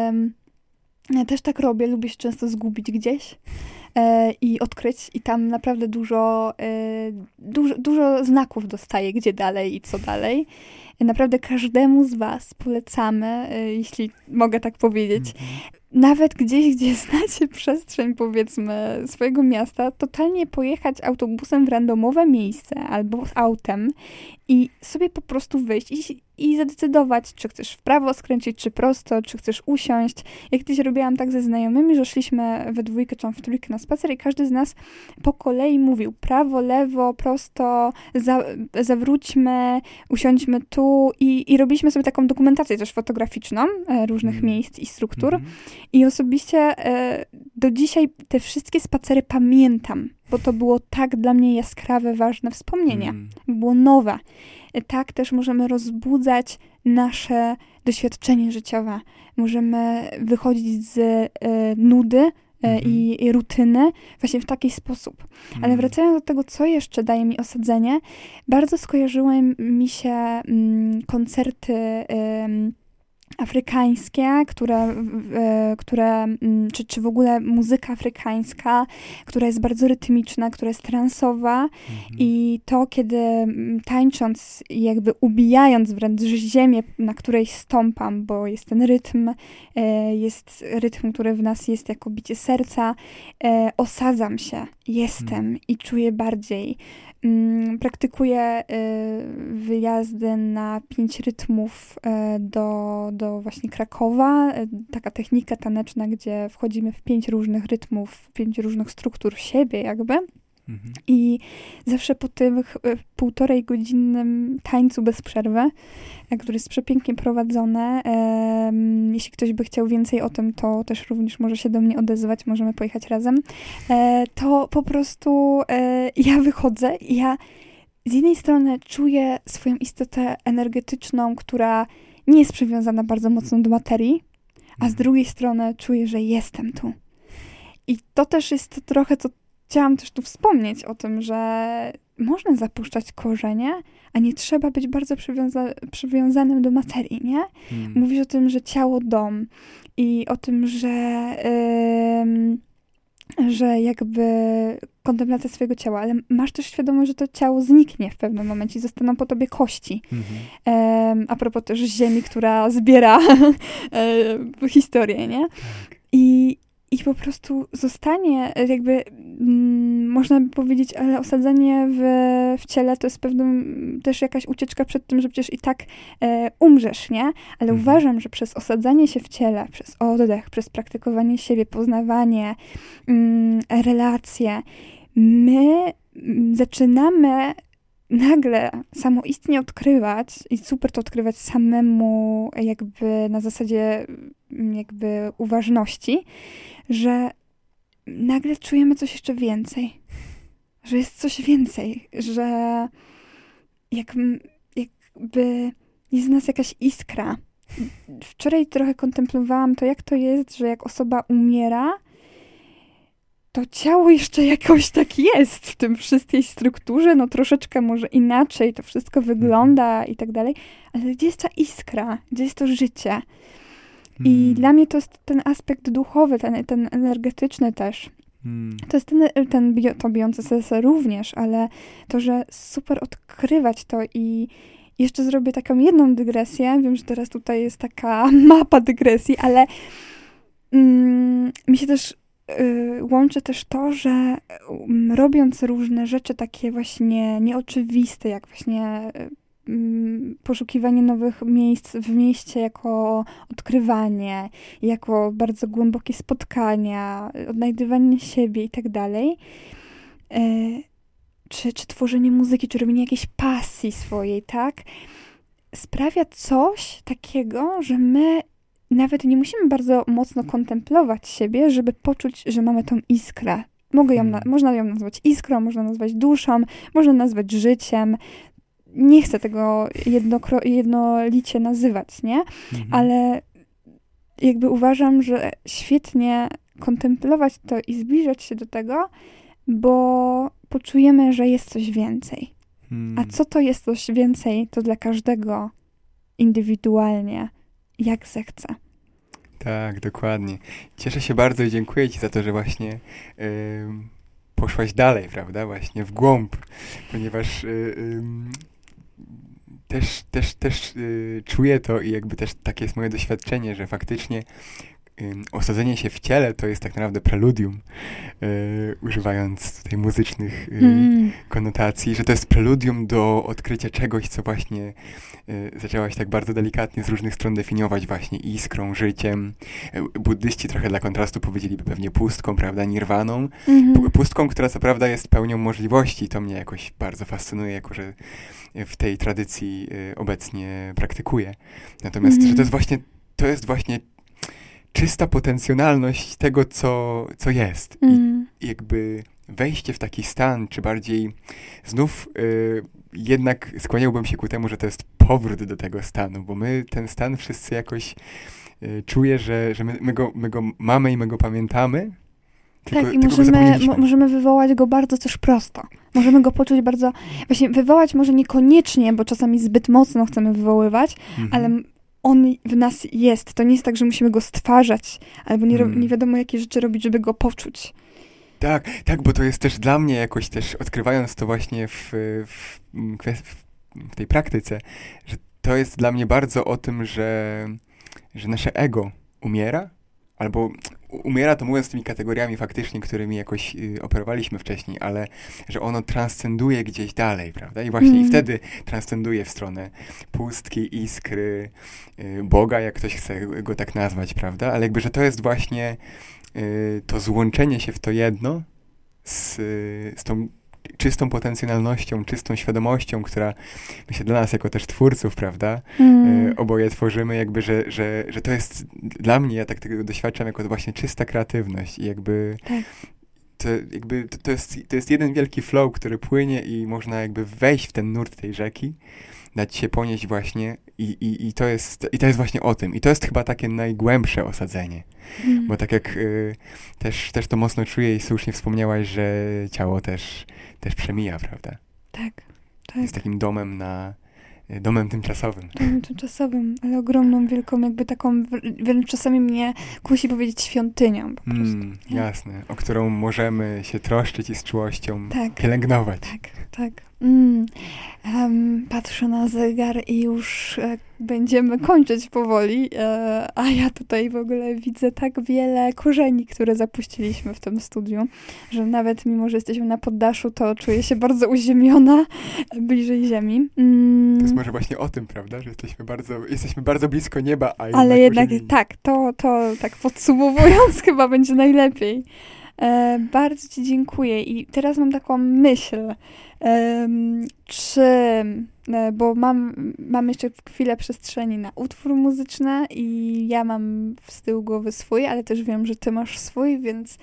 ja też tak robię. Lubię się często zgubić gdzieś y, i odkryć. I tam naprawdę dużo, y, dużo, dużo znaków dostaję, gdzie dalej i co dalej. Naprawdę każdemu z was polecamy, y, jeśli mogę tak powiedzieć, mm-hmm. nawet gdzieś, gdzie znacie przestrzeń, powiedzmy, swojego miasta, totalnie pojechać autobusem w randomowe miejsce albo autem i sobie po prostu wyjść i, i zadecydować, czy chcesz w prawo skręcić, czy prosto, czy chcesz usiąść. Jak kiedyś robiłam tak ze znajomymi, że szliśmy we dwójkę czy w trójkę na spacer i każdy z nas po kolei mówił prawo, lewo, prosto, za, zawróćmy, usiądźmy tu i, i robiliśmy sobie taką dokumentację też fotograficzną e, różnych mm. miejsc i struktur. Mm. I osobiście e, do dzisiaj te wszystkie spacery pamiętam, bo to było tak dla mnie jaskrawe, ważne wspomnienie. Mm. Było nowe. Tak też możemy rozbudzać nasze doświadczenie życiowe. Możemy wychodzić z e, nudy e, mm-hmm. i, i rutyny właśnie w taki sposób. Mm. Ale wracając do tego, co jeszcze daje mi osadzenie, bardzo skojarzyły mi się mm, koncerty afrykańskie, które, które czy, czy w ogóle muzyka afrykańska, która jest bardzo rytmiczna, która jest transowa mhm. i to, kiedy tańcząc i jakby ubijając wręcz ziemię, na której stąpam, bo jest ten rytm, jest rytm, który w nas jest jako bicie serca, osadzam się, jestem mhm. i czuję bardziej. Praktykuję wyjazdy na pięć rytmów do, do właśnie Krakowa. Taka technika taneczna, gdzie wchodzimy w pięć różnych rytmów, pięć różnych struktur siebie jakby. Mhm. I zawsze po tym półtorej godzinnym tańcu bez przerwy, który jest przepięknie prowadzony, e, jeśli ktoś by chciał więcej o tym, to też również może się do mnie odezwać, możemy pojechać razem, e, to po prostu e, ja wychodzę i ja z jednej strony czuję swoją istotę energetyczną, która nie jest przywiązana bardzo mocno do materii, a z drugiej strony czuję, że jestem tu. I to też jest trochę, co chciałam też tu wspomnieć o tym, że można zapuszczać korzenie, a nie trzeba być bardzo przywiąza- przywiązanym do materii, nie? Hmm. Mówisz o tym, że ciało dom i o tym, że, yy, że jakby kontemplacja swojego ciała, ale masz też świadomość, że to ciało zniknie w pewnym momencie i zostaną po tobie kości. Hmm. Yy, a propos też ziemi, która zbiera yy, historię, nie? I I po prostu zostanie, jakby, mm, można by powiedzieć, ale osadzenie w, w ciele to jest pewnym też jakaś ucieczka przed tym, że przecież i tak e, umrzesz, nie? Ale mhm. uważam, że przez osadzanie się w ciele, przez oddech, przez praktykowanie siebie, poznawanie, mm, relacje, my mm, zaczynamy nagle samoistnie odkrywać i super to odkrywać samemu jakby na zasadzie jakby uważności, że nagle czujemy coś jeszcze więcej. Że jest coś więcej. Że jak, jakby jest w nas jakaś iskra. Wczoraj trochę kontemplowałam to, jak to jest, że jak osoba umiera, to ciało jeszcze jakoś tak jest w tym wszystkiej strukturze, no troszeczkę może inaczej to wszystko wygląda i tak dalej, ale gdzie jest ta iskra? Gdzie jest to życie? I hmm. dla mnie to jest ten aspekt duchowy, ten, ten energetyczny też. Hmm. To jest ten, ten to bijące serce również, ale to, że super odkrywać to i jeszcze zrobię taką jedną dygresję. Wiem, że teraz tutaj jest taka mapa dygresji, ale mm, mi się też y, łączy też to, że y, robiąc różne rzeczy takie właśnie nieoczywiste, jak właśnie y, poszukiwanie nowych miejsc w mieście jako odkrywanie, jako bardzo głębokie spotkania, odnajdywanie siebie i tak dalej. Czy, czy tworzenie muzyki, czy robienie jakiejś pasji swojej, tak? Sprawia coś takiego, że my nawet nie musimy bardzo mocno kontemplować siebie, żeby poczuć, że mamy tą iskrę. Mogę ją na, można ją nazwać iskrą, można nazwać duszą, można nazwać życiem. Nie chcę tego jednokro- jednolicie nazywać, nie? Mhm. Ale jakby uważam, że świetnie kontemplować to i zbliżać się do tego, bo poczujemy, że jest coś więcej. Hmm. A co to jest coś więcej, to dla każdego indywidualnie, jak zechce. Tak, dokładnie. Cieszę się bardzo i dziękuję ci za to, że właśnie yy, poszłaś dalej, prawda? Właśnie w głąb, ponieważ yy, yy, też, też, też yy, czuję to i jakby też takie jest moje doświadczenie, że faktycznie yy, osadzenie się w ciele to jest tak naprawdę preludium, yy, używając tutaj muzycznych yy, mm. konotacji, że to jest preludium do odkrycia czegoś, co właśnie yy, zaczęłaś tak bardzo delikatnie z różnych stron definiować właśnie iskrą, życiem. Yy, buddyści trochę dla kontrastu powiedzieliby pewnie pustką, prawda, nirwaną. Mm-hmm. Pustką, która co prawda jest pełnią możliwości. To mnie jakoś bardzo fascynuje, jako że w tej tradycji y, obecnie praktykuję. Natomiast, mm-hmm. że to jest właśnie, to jest właśnie czysta potencjonalność tego, co, co jest. Mm. I jakby wejście w taki stan, czy bardziej znów y, jednak skłaniałbym się ku temu, że to jest powrót do tego stanu, bo my ten stan wszyscy jakoś y, czuję, że, że my, my, go, my go mamy i my go pamiętamy. Tylko, tak, i możemy, mo- możemy wywołać go bardzo też prosto. Możemy go poczuć bardzo... Właśnie wywołać może niekoniecznie, bo czasami zbyt mocno chcemy wywoływać, mhm. ale on w nas jest. To nie jest tak, że musimy go stwarzać, albo nie, Mm. nie wiadomo, jakie rzeczy robić, żeby go poczuć. Tak, tak, bo to jest też dla mnie jakoś też, odkrywając to właśnie w, w, w, w tej praktyce, że to jest dla mnie bardzo o tym, że, że nasze ego umiera, albo umiera to mówiąc tymi kategoriami faktycznie, którymi jakoś y, operowaliśmy wcześniej, ale że ono transcenduje gdzieś dalej, prawda? I właśnie Mm. i wtedy transcenduje w stronę pustki, iskry, y, Boga, jak ktoś chce go tak nazwać, prawda? Ale jakby, że to jest właśnie y, to złączenie się w to jedno z, y, z tą czystą potencjalnością, czystą świadomością, która myślę dla nas jako też twórców, prawda, Mm. y, oboje tworzymy, jakby, że, że, że to jest dla mnie, ja tak tego doświadczam, jako właśnie czysta kreatywność i jakby Tak. to, jakby to, to, jest, to jest jeden wielki flow, który płynie i można jakby wejść w ten nurt tej rzeki, dać się ponieść właśnie i, i, i, to, jest, i to jest właśnie o tym. I to jest chyba takie najgłębsze osadzenie. Mm. Bo tak jak y, też, też to mocno czuję i słusznie wspomniałaś, że ciało też, też przemija, prawda? Tak, tak. Jest takim domem na y, domem tymczasowym. Domem tymczasowym, ale ogromną, wielką, jakby taką, wręcz czasami mnie kusi powiedzieć świątynią po prostu. Mm, jasne, o którą możemy się troszczyć i z czułością Tak. pielęgnować. Tak, tak. Mm. Um, patrzę na zegar i już e, będziemy kończyć powoli, e, a ja tutaj w ogóle widzę tak wiele korzeni, które zapuściliśmy w tym studiu, że nawet mimo, że jesteśmy na poddaszu, to czuję się bardzo uziemiona, e, bliżej ziemi. Mm. To jest może właśnie o tym, prawda, że jesteśmy bardzo, jesteśmy bardzo blisko nieba, a jednak Ale jednak uziemieni. tak, to, to tak podsumowując chyba będzie najlepiej. E, bardzo ci dziękuję i teraz mam taką myśl, e, czy, e, bo mam, mam jeszcze chwilę przestrzeni na utwór muzyczny i ja mam z tyłu głowy swój, ale też wiem, że ty masz swój, więc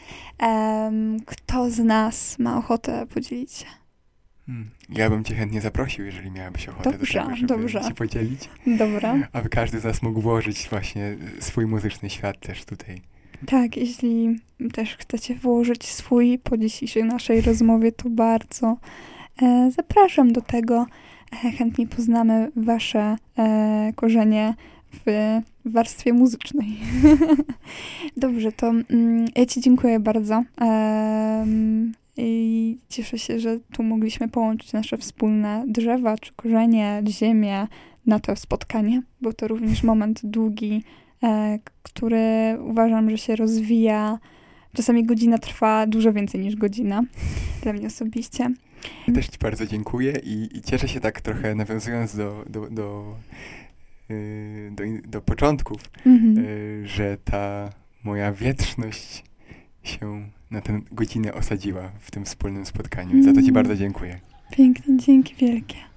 e, kto z nas ma ochotę podzielić się? Hmm. Ja bym cię chętnie zaprosił, jeżeli miałabyś ochotę Dobrze, do tego, żeby dobrze. się podzielić. Dobra. Aby każdy z nas mógł włożyć właśnie swój muzyczny świat też tutaj. Tak, jeśli też chcecie włożyć swój po dzisiejszej naszej rozmowie, to bardzo e, zapraszam do tego. E, chętnie poznamy wasze e, korzenie w warstwie muzycznej. Dobrze, to mm, ja ci dziękuję bardzo. E, I cieszę się, że tu mogliśmy połączyć nasze wspólne drzewa, czy korzenie, ziemię na to spotkanie. Był to również moment długi, e, który uważam, że się rozwija. Czasami godzina trwa dużo więcej niż godzina. Dla mnie osobiście. Ja też ci bardzo dziękuję i, i cieszę się tak trochę, nawiązując do, do, do, yy, do, do początków, Mhm. yy, że ta moja wietrzność się na tę godzinę osadziła w tym wspólnym spotkaniu. I za to ci Mm. bardzo dziękuję. Pięknie, dzięki wielkie.